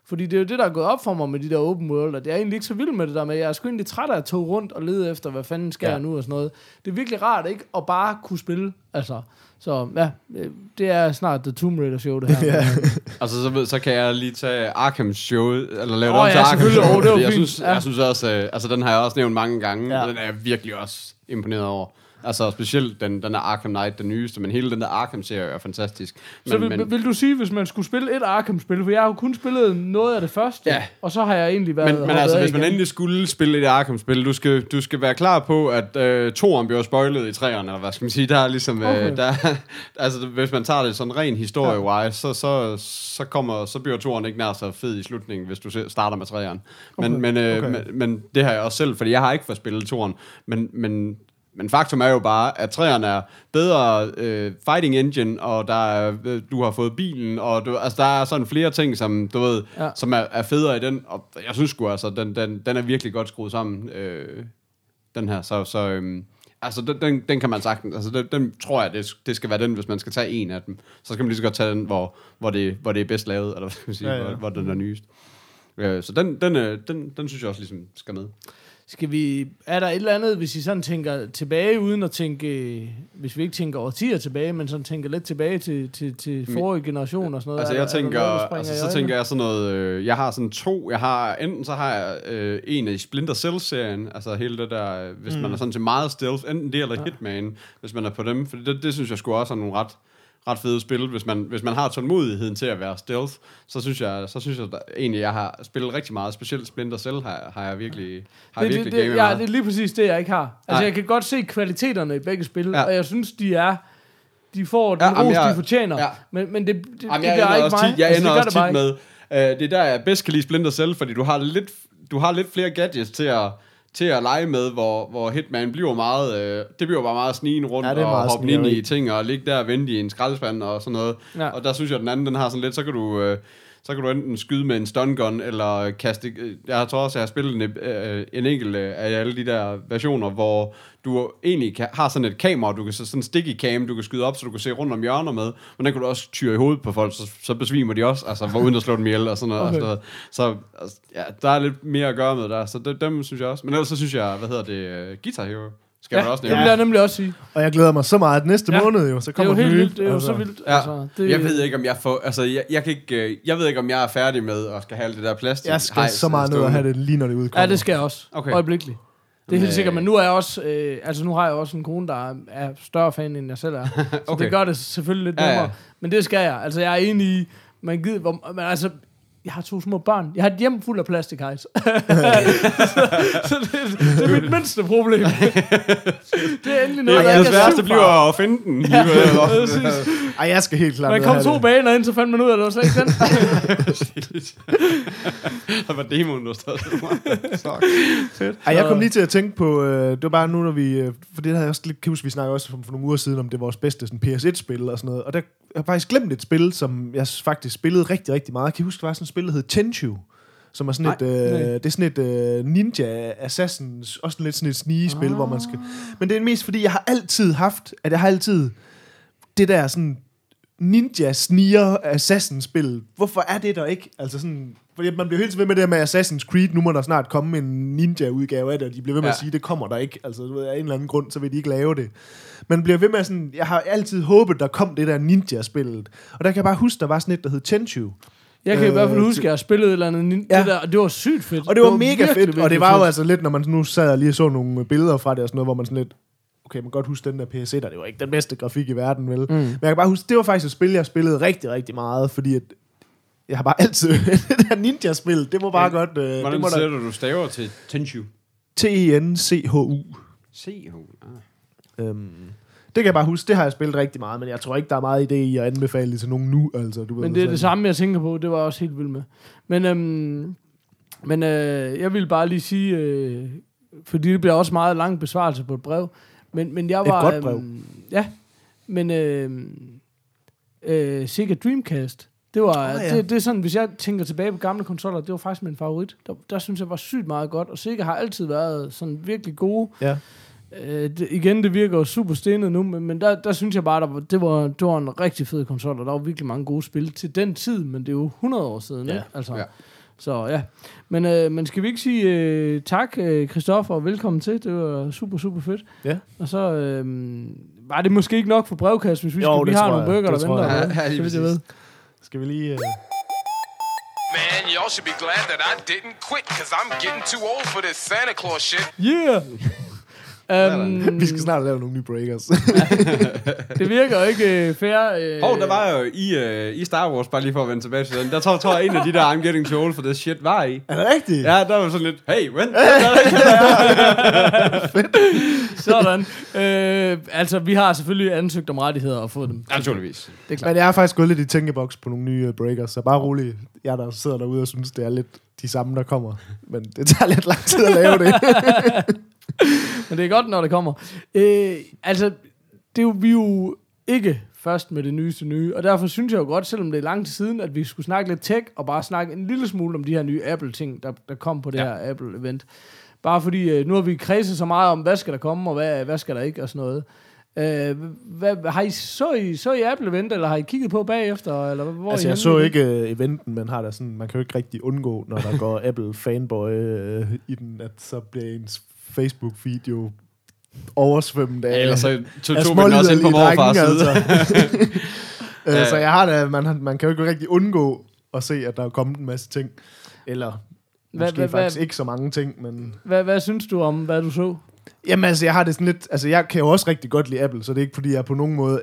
Fordi det er jo det, der er gået op for mig med de der open world, og det er egentlig ikke så vildt med det der med, jeg er sgu egentlig træt af at tog rundt og lede efter, hvad fanden skal ja. jeg nu og sådan noget. Det er virkelig rart ikke at bare kunne spille, altså. Så ja, det er snart The Tomb Raider show, det her. ja. Altså, så, så kan jeg lige tage Arkham show, eller lave oh, det om ja, til Arkham show. Oh, det var jeg, fint. synes, ja. jeg synes også, øh, altså den har jeg også nævnt mange gange, ja. og den er jeg virkelig også imponeret over. Altså specielt den, den der Arkham Knight, den nyeste, men hele den der Arkham-serie er fantastisk. Men, så vil, men, vil du sige, hvis man skulle spille et Arkham-spil, for jeg har jo kun spillet noget af det første, ja. og så har jeg egentlig været... Men, men altså, hvis man igen. endelig skulle spille et Arkham-spil, du skal, du skal være klar på, at øh, toeren bliver spoilet i treeren, eller hvad skal man sige, der er ligesom... Øh, okay. der, altså, hvis man tager det sådan ren historie-wise, så, så, så, kommer, så bliver toeren ikke nær så fed i slutningen, hvis du starter med treeren. Men, okay. men, øh, okay. men, men det har jeg også selv, fordi jeg har ikke fået spillet toeren, men... men Men faktum er jo bare, at treeren er bedre øh, fighting engine, og der er, du har fået bilen, og du, altså, der er sådan flere ting, som, du ved, ja. som er, er federe i den, og jeg synes sgu altså, den, den, den er virkelig godt skruet sammen, øh, den her, så, så øh, altså, den, den, den kan man sagtens, altså, den, den tror jeg, det, det skal være den, hvis man skal tage en af dem, så skal man lige så godt tage den, hvor, hvor, det, hvor det er bedst lavet, eller hvad skal man sige, ja, ja. Hvor, hvor den er nyest. Øh, så den, den, den, den synes jeg også ligesom skal med. Skal vi, er der et eller andet, hvis I sådan tænker tilbage, uden at tænke, hvis vi ikke tænker årtier tilbage, men sådan tænker lidt tilbage til, til, til forrige generation og sådan noget? Altså er jeg der, tænker, noget, altså, så tænker jeg sådan noget, øh, jeg har sådan to, jeg har, enten så har jeg øh, en af Splinter Cell-serien, altså hele det der, hvis mm. man er sådan til meget stealth, enten det eller ja. Hitman, hvis man er på dem, for det, det synes jeg sgu også er nogle ret, ret fede spil, hvis man, hvis man har tålmodigheden til at være stealth, så synes jeg, så synes jeg der, egentlig, jeg har spillet rigtig meget, specielt Splinter Cell har, har jeg virkelig, har det, jeg virkelig det, gamet ja, meget. det er lige præcis det, jeg ikke har. Altså Nej. jeg kan godt se kvaliteterne i begge spil, ja. og jeg synes, de er, de får den ja, ros, jeg, de fortjener, ja. men, men det, det, jamen, det gør ikke mig. Tit, jeg altså, ender det også tit med, uh, det er der, jeg bedst kan lide Splinter Cell, fordi du har lidt, du har lidt flere gadgets til at, til at lege med, hvor, hvor Hitman bliver meget, øh, det bliver bare meget snigende rundt ja, og hoppe ind i ting og ligge der og vente i en skraldespand og sådan noget. Ja. Og der synes jeg, at den anden, den har sådan lidt, så kan du, øh, så kan du enten skyde med en stun gun, eller kaste, øh, jeg tror også, jeg har spillet en, øh, en enkelt øh, af alle de der versioner, hvor du egentlig kan, har sådan et kamera, du kan sådan en sticky cam, du kan skyde op, så du kan se rundt om hjørner med, men den kan du også tyre i hovedet på folk, så, så besvimer de også, altså hvor uden at slå dem ihjel og sådan noget. Okay. Og sådan noget. Så altså, ja, der er lidt mere at gøre med der, så det, dem synes jeg også. Men ellers så synes jeg, hvad hedder det, uh, Guitar Hero, skal ja, man også nævne. nævne. Det vil jeg nemlig også sige. Og jeg glæder mig så meget, at næste ja. måned jo, så kommer det er jo helt nye, vildt, det er jo altså. så vildt. Ja. Altså, det, jeg ved ikke, om jeg får, altså jeg, jeg kan ikke, jeg ved ikke, om jeg er færdig med at skal have alt det der plastik. Jeg skal så meget ned og have det lige, når det udkommer. Ja, det skal jeg også. Okay. Øjeblikkeligt. Det er helt sikkert, men nu er jeg også, øh, altså nu har jeg også en kone, der er større fan, end jeg selv er. Så okay. det gør det selvfølgelig lidt nemmere. Ja, ja. Men det skal jeg. Altså jeg er enig i, man gider, hvor, men altså, jeg har to små børn. Jeg har et hjem fuld af plastik, hejs. så, så det, det er mit mindste problem. Det er endelig noget, det er, jeg det værste bliver at finde den. Ja, ej, jeg skal helt klart. Man kom to baner ind, så fandt man ud af, at det var slet ikke den. Der var demoen, der stod. Ej, jeg kom lige til at tænke på, øh, det var bare nu, når vi, øh, for det havde jeg også lidt, kan huske, vi snakkede også for, for nogle uger siden, om det var vores bedste sådan, P S et spil og sådan noget, og der jeg har faktisk glemt et spil, som jeg faktisk spillede rigtig, rigtig meget. Kan I huske, det var sådan et spil, der hed Tenchu, som er sådan nej, et, øh, nej. det er sådan et øh, ninja assassin, også lidt sådan et snigespil, ah. hvor man skal, men det er mest fordi, jeg har altid haft, at jeg har altid det der sådan ninja sniger assassin spil. Hvorfor er det der ikke? Altså sådan, fordi man bliver helt ved med det med Assassin's Creed, nu må der snart komme en ninja-udgave af det, og de bliver ved med ja. at sige, det kommer der ikke. Altså, du ved, af en eller anden grund, så vil de ikke lave det. Man bliver ved med sådan, jeg har altid håbet, der kom det der ninja-spillet. Og der kan jeg bare huske, der var sådan et, der hed Tenchu. Jeg kan øh, i hvert fald huske, at jeg spillede et eller andet ninja, ja. det der, og det var sygt fedt. Og det var, det var mega virkelig, fedt, virkelig og det var jo fedt. altså lidt, når man nu sad og lige så nogle billeder fra det og sådan noget, hvor man sådan lidt, okay, man kan godt huske den der P S et, og det var ikke den bedste grafik i verden, vel? Mm. Men jeg kan bare huske, det var faktisk et spil, jeg spillede rigtig, rigtig meget, fordi at jeg har bare altid det der ninja-spil, det må bare ja. godt... Øh, Hvordan det må ser der... du, du staver til Tenchu? T E N C H U. C H U, ah. Øhm, det kan jeg bare huske, det har jeg spillet rigtig meget, men jeg tror ikke, der er meget idé i at anbefale det til nogen nu, altså. Du ved, men det er det samme, jeg tænker på, det var jeg også helt vildt med. Men, øhm, men øh, jeg vil bare lige sige, øh, fordi det bliver også meget lang besvarelse på et brev, men, men jeg var... Et godt brev. Øhm, ja, men øh, øh, Sega Dreamcast, det var, oh, ja. det, det er sådan, hvis jeg tænker tilbage på gamle konsoller, det var faktisk min favorit. Der, der synes jeg var sygt meget godt, og Sega har altid været sådan virkelig gode. Ja. Øh, det, igen, det virker jo super stenet nu, men, men der, der synes jeg bare, der var, det, var, det var en rigtig fed konsol, og der var virkelig mange gode spil til den tid, men det er jo hundrede år siden, ja. ikke? Altså, ja. Så ja. Men, øh, men skal vi ikke sige øh, tak, Christoffer, og velkommen til. Det var super, super fedt. Ja. Og så øh, var det måske ikke nok for brevkast, hvis vi, Jo, skal, vi det har tror nogle jeg. bøger, Det der tror venter. jeg. Ja, Ja, lige så vidt jeg ved. Skal vi lige... Uh... Man, y'all should be glad that I didn't quit, because I'm getting too old for this Santa Claus shit. Yeah! Um, Vi skal snart lave nogle nye breakers. det virker jo ikke øh, fair. Øh, Hov, der var jo i, øh, i Star Wars, bare lige for at vende tilbage til den, der tror, tror jeg, en af de der I'm getting too old for this shit var i. Er det rigtigt? Ja, der var sådan lidt, hey, when? Sådan. Øh, altså, vi har selvfølgelig ansøgt om rettigheder og fået dem. Naturligvis. Det er klart. Men jeg har faktisk gået lidt i tænkeboks på nogle nye uh, breakers, så bare rolig. Jeg der sidder derude og synes, det er lidt de samme, der kommer. Men det tager lidt lang tid at lave det. Men det er godt, når det kommer. Øh, altså, det er jo, vi er jo ikke først med det nyeste nye, og derfor synes jeg jo godt, selvom det er lang tid siden, at vi skulle snakke lidt tech, og bare snakke en lille smule om de her nye Apple-ting, der, der kom på det ja. her Apple-event. Bare fordi, øh, nu har vi kredset så meget om, hvad skal der komme, og hvad, hvad skal der ikke, og sådan noget. Øh, hvad, har I, så, I, så I Apple-event, eller har I kigget på bagefter? Eller hvor Altså, I jeg henne så i det? ikke uh, eventen, men har der sådan, man kan jo ikke rigtig undgå, når der går Apple-fanboy uh, i den, at så bliver ens Facebook-feed jo oversvømmet af, Ja, ellers så tog af to man også ind på småliderlige morfars drenge, side. altså. uh, så jeg har da, man, har- man kan jo ikke rigtig undgå at se, at der er kommet en masse ting. Eller Hvad- måske hvad- faktisk hvad- ikke så mange ting, men... Hvad, hvad synes du om, hvad du så? Jamen altså, jeg har det sådan lidt... Altså, jeg kan jo også rigtig godt lide Apple, så det er ikke, fordi jeg på nogen måde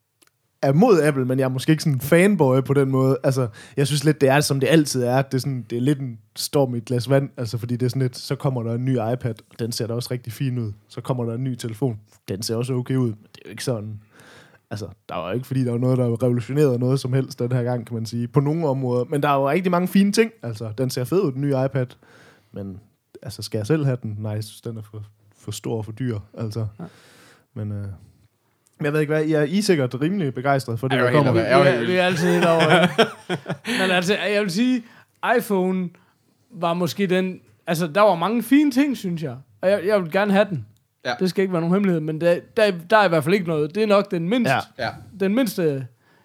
er mod Apple, men jeg er måske ikke sådan en fanboy på den måde. Altså, jeg synes lidt, det er, som det altid er. Det er, sådan, det er lidt en storm i et glas vand, altså, fordi det er sådan lidt, så kommer der en ny iPad, og den ser da også rigtig fin ud. Så kommer der en ny telefon, den ser også okay ud, men det er jo ikke sådan... Altså, der var ikke, fordi der var noget, der revolutionerede noget som helst den her gang, kan man sige, på nogle områder. Men der er jo rigtig mange fine ting. Altså, den ser fed ud, den nye iPad, men altså, skal jeg selv have den? Nej, jeg synes, den er for, for stor og for dyr, altså. Ja. Men øh, jeg ved ikke hvad, jeg er I sikkert rimelig begejstret for det, Jeg er der jo helt kommer. Jeg er jo Vi helt er, vildt. vi er altid helt over. Men altså, jeg vil sige, iPhone var måske den... Altså, der var mange fine ting, synes jeg. Og jeg, jeg vil gerne have den. Ja. Det skal ikke være nogen hemmelighed, men der, der, der er i hvert fald ikke noget. Det er nok den mindste, Ja. Ja. den mindste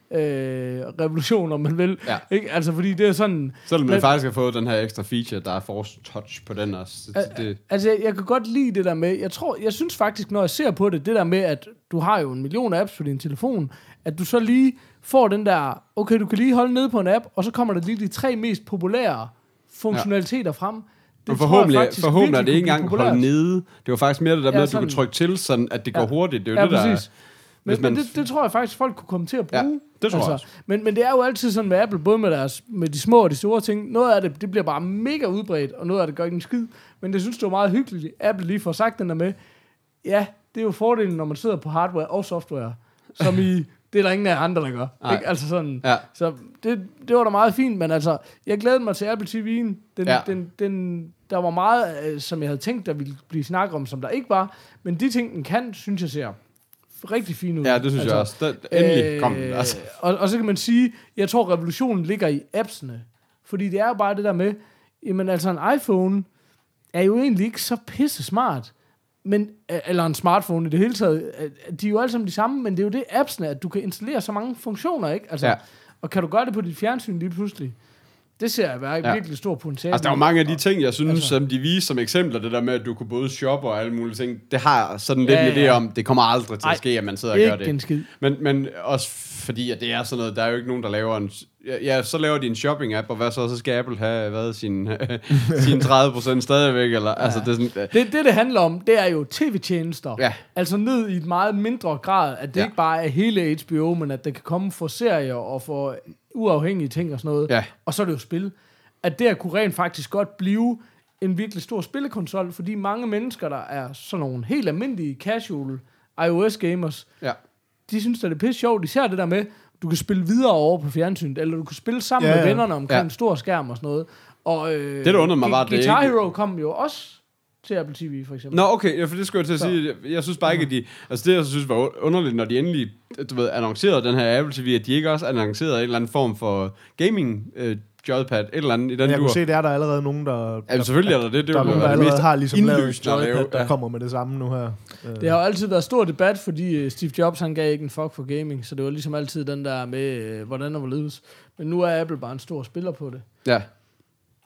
øh, revolution, om man vil. Ja. Ikke? Altså, fordi det er sådan... Selvom man Men- faktisk har fået den her ekstra feature, der er Force Touch på den også. Det, Al- det, Altså, jeg, jeg kan godt lide det der med, jeg tror, jeg synes faktisk, når jeg ser på det, det der med, at du har jo en million apps på din telefon, at du så lige får den der, okay, du kan lige holde nede på en app, og så kommer der lige de tre mest populære funktionaliteter frem. Det og tror jeg forhåbentlig, faktisk forhåbentlig er virkelig det ikke kunne engang blive holdt populært. nede. Det var faktisk mere det der med, Ja, at du sådan- kan trykke til, sådan at det går Ja. hurtigt. Det er jo Ja, det, der er. præcis. Men, Hvis man- men det, det tror jeg faktisk, folk kunne komme til at bruge. Ja, det tror jeg også. Men, men det er jo altid sådan med Apple, både med, deres, med de små og de store ting. Noget af det, det bliver bare mega udbredt, og noget af det gør ikke en skid. Men det synes du er meget hyggeligt, Apple lige får sagt den der med. Ja, det er jo fordelen, når man sidder på hardware og software, som i, det er der ingen af andre, der gør. Nej. Ikke? Altså sådan, Ja. så det, det var da meget fint, men altså, jeg glædede mig til Apple T V'en. Den, Ja. den, den, der var meget, øh, som jeg havde tænkt, der ville blive snakket om, som der ikke var. Men de ting, den kan, synes jeg ser rigtig fint ud. Ja, det synes altså, jeg også. Der, endelig øh, kom den. Altså. Og, og så kan man sige, jeg tror, revolutionen ligger i appsene. Fordi det er jo bare det der med, jamen altså en iPhone er jo egentlig ikke så pisse smart. Men, eller en smartphone i det hele taget. De er jo alle sammen de samme, men det er jo det appsene, at du kan installere så mange funktioner, ikke? Altså, Ja. og kan du gøre det på dit fjernsyn lige pludselig? Det ser jeg være Ja. virkelig stor potentiale. Altså, der er jo mange af de ting, jeg synes, Altså. som de viser som eksempler, det der med, at du kunne både shoppe og alle mulige ting, det har sådan lidt Ja, en idé ja. om, det kommer aldrig til Ej, at ske, at man sidder og gør ikke en det. skid. Men, men også fordi, at det er sådan noget, der er jo ikke nogen, der laver en... Ja, så laver de en shopping-app, og hvad så? Så skal Apple have, hvad, sin, sin tredive procent stadigvæk, eller... Ja. Altså, det er sådan... Det, det, det handler om, det er jo tv-tjenester. Ja. Altså ned i et meget mindre grad, at det Ja. ikke bare er hele H B O, men at det kan komme for serier og for uafhængige ting og sådan noget. Ja. Og så er det jo spil. At det kunne rent faktisk godt blive en virkelig stor spillekonsol, fordi mange mennesker, der er sådan nogle helt almindelige casual iOS-gamers, Ja. de synes, at det er pisse sjovt. De ser det der med, du kan spille videre over på fjernsynet, eller du kan spille sammen Ja, med ja. vennerne omkring Ja. en stor skærm og sådan noget. Og, øh, Det, der undrede mig, var, at det Guitar ikke- Hero kom jo også til Apple T V, for eksempel. Nå, okay, ja, for det skulle jeg til at Så. sige. Jeg, jeg synes bare ikke, at de... Altså det, jeg synes var underligt, når de endelig, du ved, annoncerede den her Apple T V, at de ikke også annoncerede en eller anden form for gaming øh, joypad, et eller andet i den Jeg dur. kunne se, det er der allerede nogen, der... Ja, selvfølgelig er der det. Det der er ville nogen, der være det allerede mest har ligesom lavet indlysende at et lave. joypad, der Ja. kommer med det samme nu her. Det har jo altid været stor debat, fordi øh, Steve Jobs, han gav ikke en fuck for gaming, så det var ligesom altid den der med, øh, hvordan og hvorledes. Men nu er Apple bare en stor spiller på det. Ja.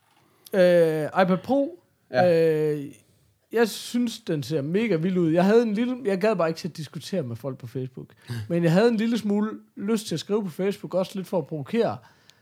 Øh, iPad Pro, Ja. øh, jeg synes, den ser mega vild ud. Jeg havde en lille, jeg gad bare ikke til at diskutere med folk på Facebook, men jeg havde en lille smule lyst til at skrive på Facebook, også lidt for at provokere.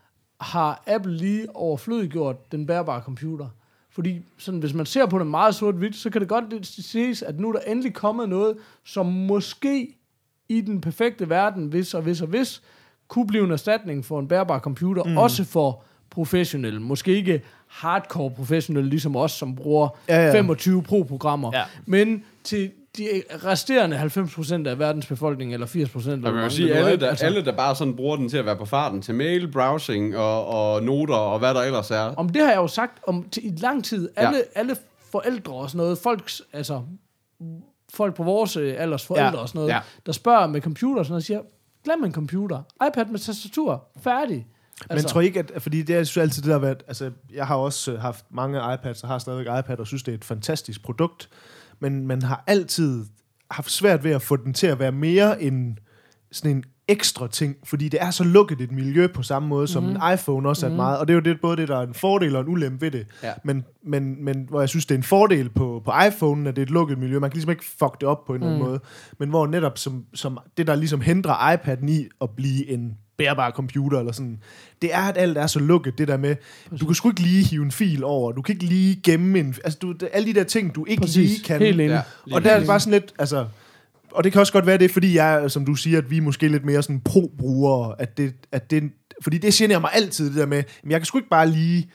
Har Apple lige overflødiggjort den bærbare computer? Fordi sådan, hvis man ser på det meget sort-hvidt, så kan det godt siges, at nu er der endelig kommet noget, som måske i den perfekte verden, hvis og hvis og hvis, kunne blive en erstatning for en bærbar computer, mm. også for professionelle. Måske ikke hardcore professionelle, ligesom os, som bruger ja, ja. femogtyve Pro-programmer. Ja. Men til de resterende halvfems procent af verdens befolkning, eller firs procent. Jeg vil sige, alle der, altså, alle, der bare sådan bruger den til at være på farten, til mail, browsing og, og noter og hvad der ellers er. Om det har jeg jo sagt om til, i lang tid. Alle, Ja. alle forældre og sådan noget, folks, altså folk på vores øh, alders forældre Ja. og sådan noget, Ja. der spørger med computer og sådan noget, siger, glem en computer. iPad med tastatur. Færdig. Men tror I ikke, at, fordi det er synes altid det der været, altså jeg har også øh, haft mange iPads, og har stadigvæk iPad, og synes, det er et fantastisk produkt, men man har altid haft svært ved at få den til at være mere end sådan en ekstra ting, fordi det er så lukket et miljø på samme måde, som mm-hmm. en iPhone også er mm-hmm. meget, og det er jo det, både det, der er en fordel og en ulempe ved det, Ja. men, men, men hvor jeg synes, det er en fordel på, på iPhone, at det er et lukket miljø, man kan ligesom ikke fuck det op på en eller anden Mm. måde, men hvor netop som, som det, der ligesom hindrer iPad'en i at blive en bærbar computer, eller sådan, det er, at alt er så lukket, det der med, Præcis. du kan sgu ikke lige hive en fil over, du kan ikke lige gemme en, altså du, det, alle de der ting, du ikke Præcis. lige kan, Helt enig. Ja. og der er det bare sådan lidt, altså, og det kan også godt være det, fordi jeg, som du siger, at vi er måske lidt mere sådan pro-brugere, at det, at det, fordi det generer mig altid, det der med, men jeg kan sgu ikke bare lige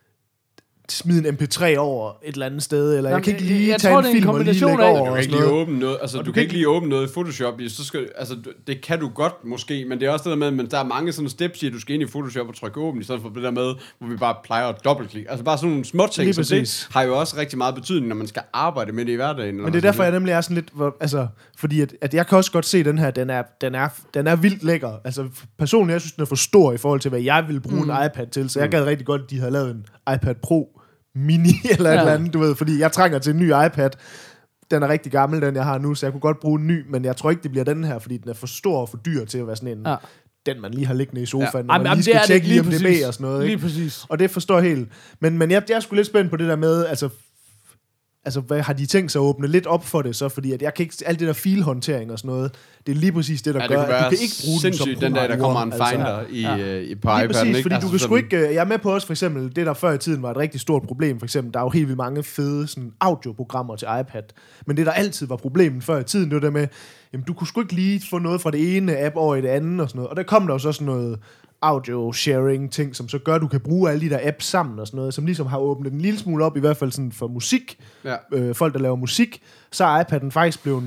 smide en M P tre over et eller andet sted, eller Jamen, jeg kan ikke jeg- lige jeg tage tror, en det er en film og lige kombination lægge af- over Du og kan ikke sådan lige noget. åbne noget, altså Og du, du kan kan ikke lige åbne noget i Photoshop, så skal, altså du- det kan du godt måske, men det er også det der med, men der er mange sådan steps i, at du skal ind i Photoshop og trykke åbne, i stedet for det der med, hvor vi bare plejer at dobbeltklikke. Altså bare sådan nogle små ting, Lige så præcis. det har jo også rigtig meget betydning, når man skal arbejde med det i hverdagen. Men det er derfor, jeg nemlig er sådan lidt, hvor, altså, fordi at, at jeg kan også godt se den her, den er, den er, den er vildt lækker. Altså personligt, jeg synes, den er for stor i forhold til, hvad jeg ville bruge mm. en iPad til, så jeg gad rigtig godt, at de havde lavet en iPad Pro Mini eller Ja. et eller andet, du ved, fordi jeg trænger til en ny iPad. Den er rigtig gammel, den jeg har nu, så jeg kunne godt bruge en ny, men jeg tror ikke, det bliver den her, fordi den er for stor og for dyr til at være sådan en, Ja. den man lige har liggende i sofaen, Ja. ja. når man Jamen, lige skal det er det tjekke lige I M D B præcis. og sådan noget. Lige Ikke? præcis. Og det forstår jeg helt. Men, men jeg, jeg er sgu lidt spændt på det der med, altså, altså, hvad har de tænkt sig at åbne lidt op for det så? Fordi at jeg kan ikke, alt det der filhåndtering og sådan noget, det er lige præcis det, der Ja, det gør, kunne at du være kan ikke bruge den som sindssygt den dag, der kommer en Finder Altså, i, Ja. øh, i på Lige iPad'en, præcis, ikke? fordi Altså du kan sgu sådan- ikke... øh, Jeg er med på også for eksempel, det der før i tiden var et rigtig stort problem, for eksempel, der er jo helt vildt mange fede sådan, audioprogrammer til iPad, men det der altid var problemet før i tiden, det var det med, jamen du kunne sgu ikke lige få noget fra det ene app over i det andet og sådan noget, og der kom der jo så sådan noget audio-sharing ting, som så gør, at du kan bruge alle de der apps sammen og sådan noget, som ligesom har åbnet en lille smule op, i hvert fald sådan for musik, Ja. øh, folk der laver musik, så er iPad'en faktisk blevet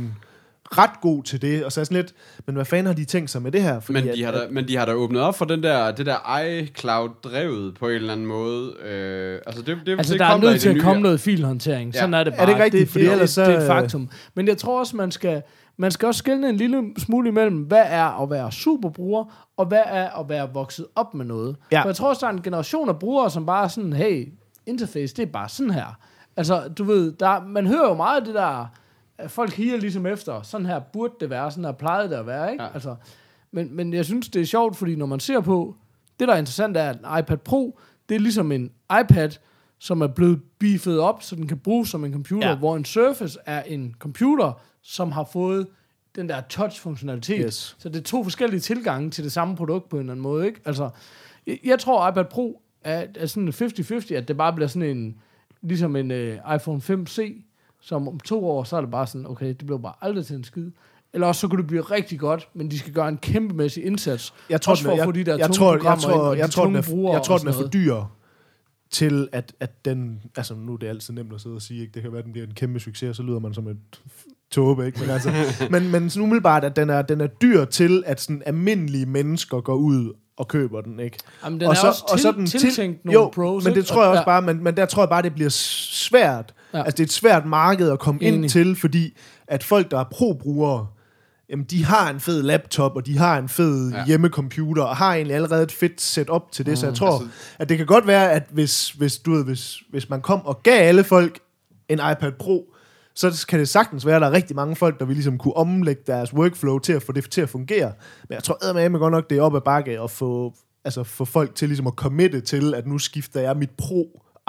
ret god til det, og så er jeg sådan lidt, men hvad fanden har de tænkt sig med det her? Fordi Men de, har at, da, men de har da åbnet op for den der, det der iCloud-drevet på en eller anden måde. Øh, altså det, det, Altså, det der er kom i nødt det til at nye. komme noget filhåndtering. Ja. Sådan er det Er bare. det ikke rigtigt? Det, Fordi det, ellers det, det er så- et faktum. Men jeg tror også, man skal, man skal også skelne en lille smule imellem, hvad er at være superbruger, og hvad er at være vokset op med noget. Ja. For jeg tror også, der er en generation af brugere, som bare er sådan, hey, interface, det er bare sådan her. Altså, du ved, der, man hører jo meget af det der, at folk higer ligesom efter, sådan her burde det være, sådan her plejede det at være, ikke? Ja. Altså, men, men jeg synes, det er sjovt, fordi når man ser på, det der er interessant er, at en iPad Pro, det er ligesom en iPad, som er blevet beefet op, så den kan bruges som en computer, Ja. ja. hvor en Surface er en computer, som har fået den der touch-funktionalitet. Yes. Så det er to forskellige tilgange til det samme produkt på en eller anden måde, ikke? Altså, jeg, jeg tror, iPad Pro er, er sådan halvtreds halvtreds, at det bare bliver sådan en, ligesom en uh, iPhone fem C, som om to år, så er det bare sådan, okay, det bliver bare aldrig til en skid. Eller også så kunne det blive rigtig godt, men de skal gøre en kæmpemæssig indsats. Jeg tror, også for den, at jeg, få de der jeg, tunge tror, jeg programmer ind, tror, og de jeg tror, den tunge er, brugere jeg tror, og den er for sådan dyr til, at, at den... Altså, nu er det altid nemt at sidde og sige, ikke? Det kan være, at den bliver en kæmpe succes, og så lyder man som et tåbe, ikke? Men, altså, men, men sådan umiddelbart, at den er, den er dyr til, at sådan almindelige mennesker går ud og køber den, ikke? Jamen, den og er også til, den tiltænkt nogle jo, pros, men ikke? det tror jeg også Ja. bare, men, men der tror jeg bare, det bliver svært. Ja. Altså, det er et svært marked at komme ind Enig. til, fordi at folk, der er pro-brugere, jamen, de har en fed laptop, og de har en fed Ja. ja. hjemmecomputer, og har egentlig allerede et fedt setup til det, mm, så jeg tror, altså- at det kan godt være, at hvis, hvis, du ved, hvis, hvis man kom og gav alle folk en iPad Pro, så kan det sagtens være, at der er rigtig mange folk, der vil ligesom kunne omlægge deres workflow til at få det til at fungere. Men jeg tror eddermame godt nok, det er op ad bakke at få, altså få folk til ligesom at committe til, at nu skifter jeg mit Pro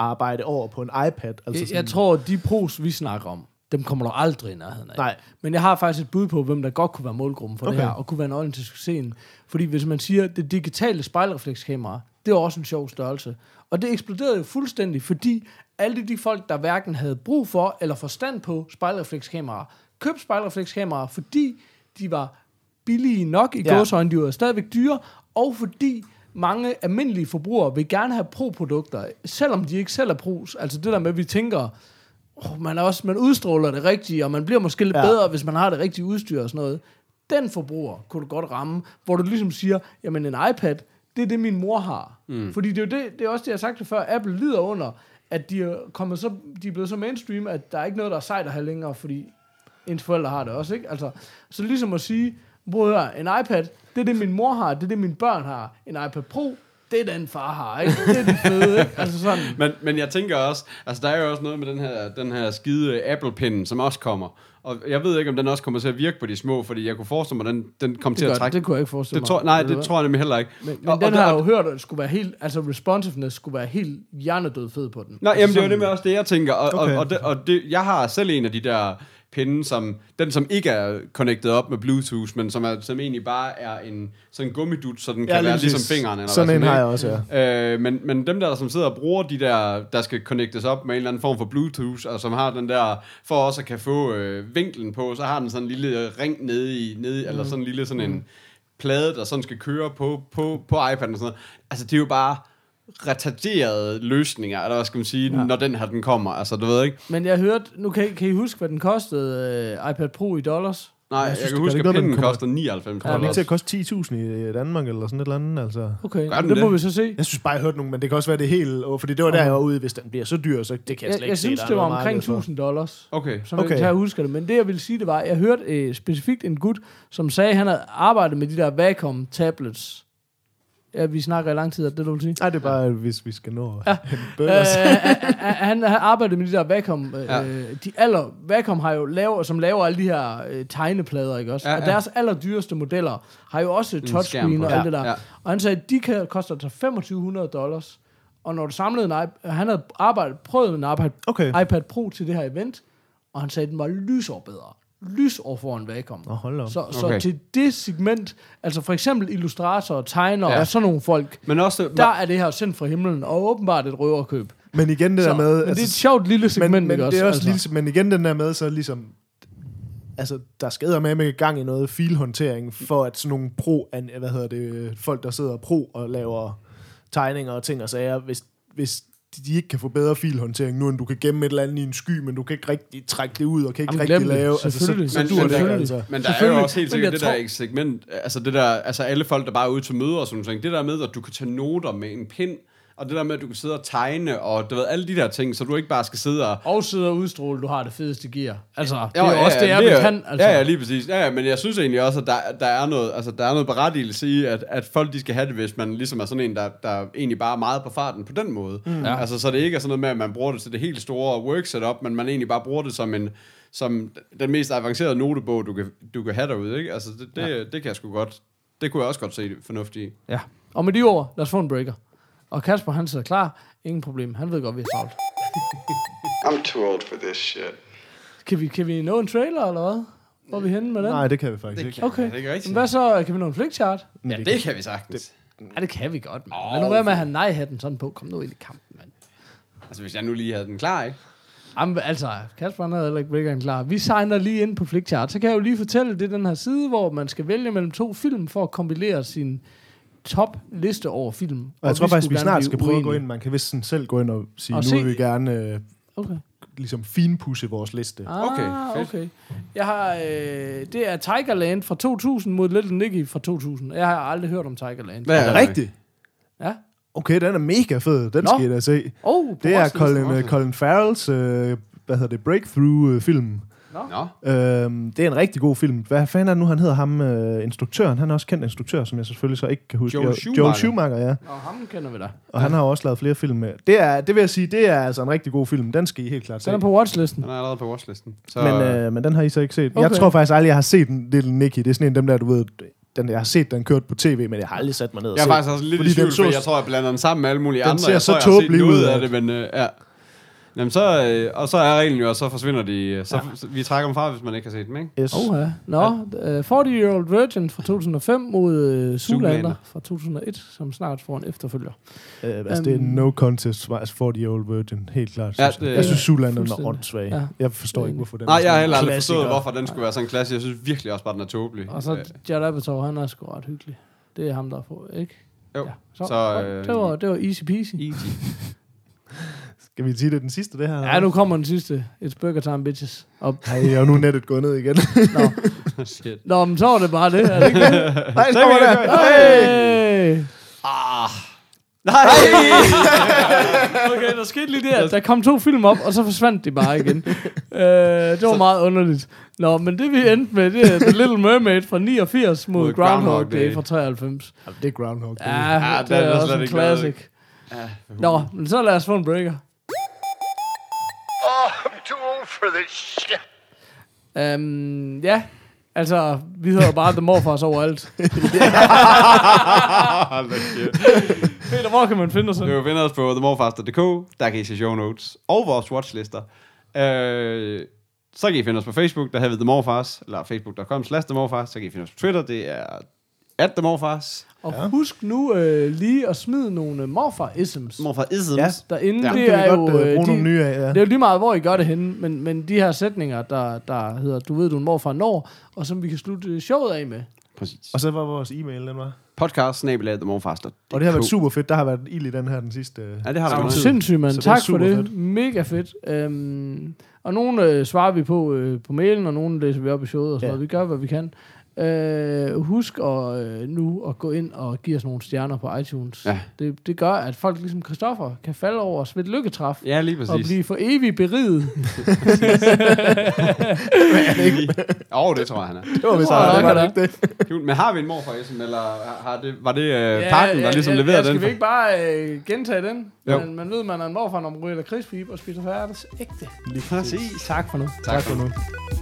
arbejde over på en iPad. Altså Jeg, jeg tror, at de pros, vi snakker om, dem kommer du aldrig i nærheden af. Nej. Men jeg har faktisk et bud på, hvem der godt kunne være målgruppen for okay. det her, og kunne være nøglen til succesen. Fordi hvis man siger, at det digitale spejlreflekskamera, det er også en sjov størrelse. Og det eksploderede jo fuldstændig, fordi alle de folk, der hverken havde brug for eller forstand på spejlreflekskameraer, købte spejlreflekskameraer, fordi de var billige nok i Ja. gåseøjne, de var stadigvæk dyre, og fordi mange almindelige forbrugere vil gerne have pro-produkter, selvom de ikke selv er pros. Altså det der med, at vi tænker, oh, man, er også, man udstråler det rigtige, og man bliver måske lidt Ja. bedre, hvis man har det rigtige udstyr og sådan noget. Den forbruger kunne du godt ramme, hvor du ligesom siger, jamen en iPad, det er det, min mor har. Mm. Fordi det er jo det, det er også det, jeg har sagt det før, Apple lider under, at de er, kommet så, de er blevet så mainstream, at der er ikke noget, der er sejt at have længere, fordi ens forældre har det også, ikke? Altså, så ligesom at sige, bror her, en iPad, det er det, min mor har, det er det, mine børn har. En iPad Pro, det er den far har, ikke? Det er det fede, ikke? Altså sådan. Men, men jeg tænker også, altså der er jo også noget med den her, den her skide Apple-pinden, som også kommer. Og jeg ved ikke, om den også kommer til at virke på de små, fordi jeg kunne forestille mig, at den, den kom til Det, at gør, trække. det kunne jeg ikke forestille det mig. tror, nej, Ved du det hvad? tror jeg nemlig heller ikke. Men, men og, den og har der- jeg jo hørt, at det skulle være helt, altså responsiveness skulle være helt hjernedød fed på den. Nej, altså jamen det er jo sådan- nemlig også det, jeg tænker. Og, Okay. og, og, det, og det, jeg har selv en af de der pinde, som, den som ikke er connected op med Bluetooth, men som, er, som egentlig bare er en sådan en gummidut, så den kan Ja, lige være præcis. ligesom fingeren. Eller Sådan hvad, en har jeg ikke? også, ja. Øh, men, men dem der, som sidder og bruger de der, der skal connectes op med en eller anden form for Bluetooth, og som har den der, for også at kan få øh, vinklen på, så har den sådan en lille ring nede i, nede, mm. eller sådan en lille sådan en plade, der sådan skal køre på, på, på iPad'en og sådan noget. Altså det er jo bare retarderede løsninger, eller hvad skal man sige, ja. når den her den kommer. Altså du ved ikke. Men jeg hørte, nu kan I, kan I huske, hvad den kostede, uh, iPad Pro i dollars? Nej, jeg, Jeg jeg synes, kan det huske, gør at det ikke pinden noget, den koster nioghalvfems Er den ikke dollars. til at koste ti tusind i Danmark, eller sådan et eller andet, altså? Okay, Gør den det må det? vi så se. Jeg synes bare, jeg hørte nogen, men det kan også være det helt... åh, fordi det var der, jeg var ude, hvis den bliver så dyr, så det kan jeg slet Jeg, ikke jeg se, synes, der er det var noget omkring marked for. tusind dollars. Okay. Som Okay. okay. jeg husker det. Men det, jeg ville sige, det var, jeg hørte øh, specifikt en gut, som sagde, at han havde arbejdet med de der Wacom tablets. Ja, vi snakker i lang tid, er det det, du vil sige? Nej, det er bare, hvis vi skal nå Ja. ja. bøllers. Øh, han har arbejdet med de der Wacom. Øh, Ja. de aller, Wacom har jo lavet, som laver alle de her øh, tegneplader, ikke også? Ja, Og ja. deres allerdyreste modeller har jo også skærm touchscreen på. og Ja, alt det der. ja. Og han sagde, at de kan, koster altså to hundrede dollars. Og når du samlede en iPad, han havde arbejdet, prøvet en iPad, Okay. iPad Pro til det her event, og han sagde, at den var lysår bedre. Lysår foran Wacom. Nå, hold da op. Så, så Okay. til det segment, altså for eksempel illustratorer, tegnere Ja. og sådan nogle folk, Men også, der er det her sendt fra himlen, og åbenbart et røverkøb. Men igen det Så, der med... men det er et sjovt lille segment, men, men ikke det er også altså. lille, men igen den der med, så ligesom... Altså, der skal med med gang i noget filhåndtering, for at sådan nogle pro... an- Hvad hedder det? Folk, der sidder pro og laver tegninger og ting og sager, hvis, hvis de ikke kan få bedre filhåndtering nu, end du kan gemme et eller andet i en sky, men du kan ikke rigtig trække det ud, og kan ikke Jamen, rigtig glem det. lave... Altså, så, Selvfølgelig. så Men- dur men det ikke, selvfølgelig. altså. Men der er jo Selvfølgelig. også helt Men sikkert jeg det der tror- ikke segment, altså det der, altså alle folk, der bare er ude til møder og sådan noget, det der med, at du kan tage noter med en pind, og det der med, at du kan sidde og tegne, og du ved, alle de der ting, så du ikke bare skal sidde og... Og sidde og udstråle, du har det fedeste gear. Altså, det Jo, er jo også det, jeg er- vil kan. Altså. Ja, ja, lige præcis. Ja, ja, men jeg synes egentlig også, at der, der er noget, altså der er noget berettigelse i, at, at folk de skal have det, hvis man ligesom er sådan en, der, der egentlig bare er meget på farten på den måde. Mm. Ja. Altså, så det ikke er sådan noget med, at man bruger det til det helt store work setup, men man egentlig bare bruger det som en som den mest avancerede notebog, du kan, du kan have derude, ikke? Altså, det, det, ja. det kan jeg sgu godt, det kunne jeg også godt se fornuftigt i. Ja. Og med de ord, lad os få en breaker. Og Kasper, han sidder klar. Ingen problem. Han ved godt, vi er travlt. I'm too old for this shit. Kan vi, kan vi nå en trailer, eller hvad? Hvor er vi henne med den? Nej, det kan vi faktisk ikke. Okay. Det er ikke rigtigt. Men hvad så? Kan vi nå en flickchart? Ja, det kan vi sagtens. Ja, det kan vi godt, mand. Åh. Men nu være med at have nej-hatten sådan på. Kom nu ind i kampen, mand. Altså, hvis jeg nu lige havde den klar, ikke? Jamen, altså, Kasper han havde heller ikke breakeren klar. Vi signer lige ind på Flickchart. Så kan jeg jo lige fortælle, det er den her side, hvor man skal vælge mellem to film, for at kombinere sin top-liste over film. Og jeg tror faktisk, vi skulle snart gerne skal blive prøve at gå uenige. ind. Man kan vist sådan selv gå ind og sige, Og nu se- vil vi gerne øh, Okay. ligesom finpudse vores liste. Ah, Okay, fedt. okay. Jeg har, øh, det er Tigerland fra to tusind mod Little Nicky fra to tusind. Jeg har aldrig hørt om Tigerland. Hvad Er det rigtigt? Ja. Okay, den er mega fed. Den Nå. skal I da se. Oh, på Det er Roskilde. Colin, uh, Colin Farrells, uh, hvad hedder det, breakthrough-film. Nå. Øhm, det er en rigtig god film. Hvad fanden er det nu, han hedder ham, uh, instruktøren? Han er også kendt instruktør, som jeg selvfølgelig så ikke kan huske. Joel Jo- Schumacher. Joel Schumacher, ja. Nå, ham kender vi da. Og han har også lavet flere film med. Det, er, det vil jeg sige, det er altså en rigtig god film. Den skal I helt klart se. Den er på watchlisten. Den er allerede på watchlisten. Så, Men, øh, men den har I så ikke set. Okay. Jeg Okay. tror faktisk aldrig, jeg har set en Little Nicky. Det er sådan en af dem der, du ved, den, jeg har set den kørt på tv, men jeg har aldrig sat mig ned og Jeg er set. faktisk også lidt Fordi i tvivl, den så- for jeg tror, jeg blander den sammen med alle mulige Den andre. ser Jeg så tror, jeg har set tåbelig noget ud, af at- det, men øh, ja. Jamen, så, øh, og så er reglen jo, og så forsvinder de. Så, Ja. så vi trækker dem fra, hvis man ikke har set dem, ikke? Yes. Oh, ja. Nå, uh, forty-year-old Virgin fra to tusind og fem mod uh, Zoolander Zoolander. fra to tusind og et, som snart får en efterfølger. Uh, altså, det er Øhm. no contest for altså forty-year-old Virgin, helt klart. Ja, Ja, det- jeg synes, Zoolander er Fuldstændig. åndssvag. Ja. Ja. Jeg forstår ikke, hvorfor den Nej, er jeg har sådan heller en aldrig forstået, klassiker. hvorfor den skulle være sådan en klasse. Jeg synes virkelig også bare, den er tåbelig. Og så Øh, Judd Apatow, han er sgu ret hyggelig. Det er ham, der får, ikke? Jo, Ja. Så, så, så øh, det, var, det var easy peasy. easy. Skal vi sige, det er den sidste, det her? Ja, nu kommer den sidste. It's burger time, bitches. Og, Ej, og nu er nettet gået ned igen. nå. Shit. nå, men så var det bare det. Er det ikke det? Nej, Så så var kan vi det. gøre- Hey! Ah. Nej! Okay, der skete lige det, at der kom to film op, og så forsvandt de bare igen. uh, det var meget underligt. Nå, men det vi endte med, det er The Little Mermaid fra niogfirs mod, Mod Groundhog, Groundhog Day Day fra treoghalvfems. Jamen, det er Groundhog. Day. Ja, Ja, det, den er er også slet en ikke classic. Ja. Nå, men så lad os få en breaker. Oh, I'm too old for this shit. Um, ja, altså, vi hedder bare The Morfars overalt. Hold da kæft. Peter, hvor kan man finde os? Du kan finde os på the morfars punktum d k. Der kan I se show notes og vores watchlister. Øh, så kan I finde os på Facebook, der hedder The Morfars, eller facebook punktum com slash The Morfars. Så kan I finde os på Twitter, det er at The Morfars. Og ja. husk nu øh, lige at smide nogle morfar-isms. Morfarisms. Ja. Derinde, Ja. det Kan vi er jo... godt uh, øh, bruge de, nogle nye af, ja. Det er jo lige meget, hvor I gør det henne, men, men de her sætninger, der, der hedder, du ved, du er en morfar når, og som vi kan slutte showet af med. Præcis. Og så var vores e-mail, den var. Podcast snabel-a the morfars punktum d k. Og det har været super fedt. Der har været ild i den her, den sidste. Ja, det har der Det er været. sindssygt, mand. Så det er Tak for super det. fedt. Mega fedt. Øhm, og nogle øh, svarer vi på øh, på mailen, og nogle læser vi op i showet og sådan Ja. noget. Vi gør, hvad vi kan. Øh, husk at, øh, nu at gå ind og give os nogle stjerner på iTunes. Ja. Det, det gør, at folk ligesom Christoffer kan falde over os ved et lykketræf. Ja, lige Og præcis. blive for evigt beriget. Åh, oh, det tror jeg, han er. Det var vist tror jeg det nok, var han ikke det. Cool. Men har vi en morfar-ism, eller har det, var det øh, parken, der ligesom ja, leverede ja, den? Skal vi ikke bare øh, gentage den? Jo. Man, man ved, man er en morfar, når man ryger krigsfib og spiser færdes ægte. Lige præcis. Tak for nu. Tak, Tak for for nu. nu.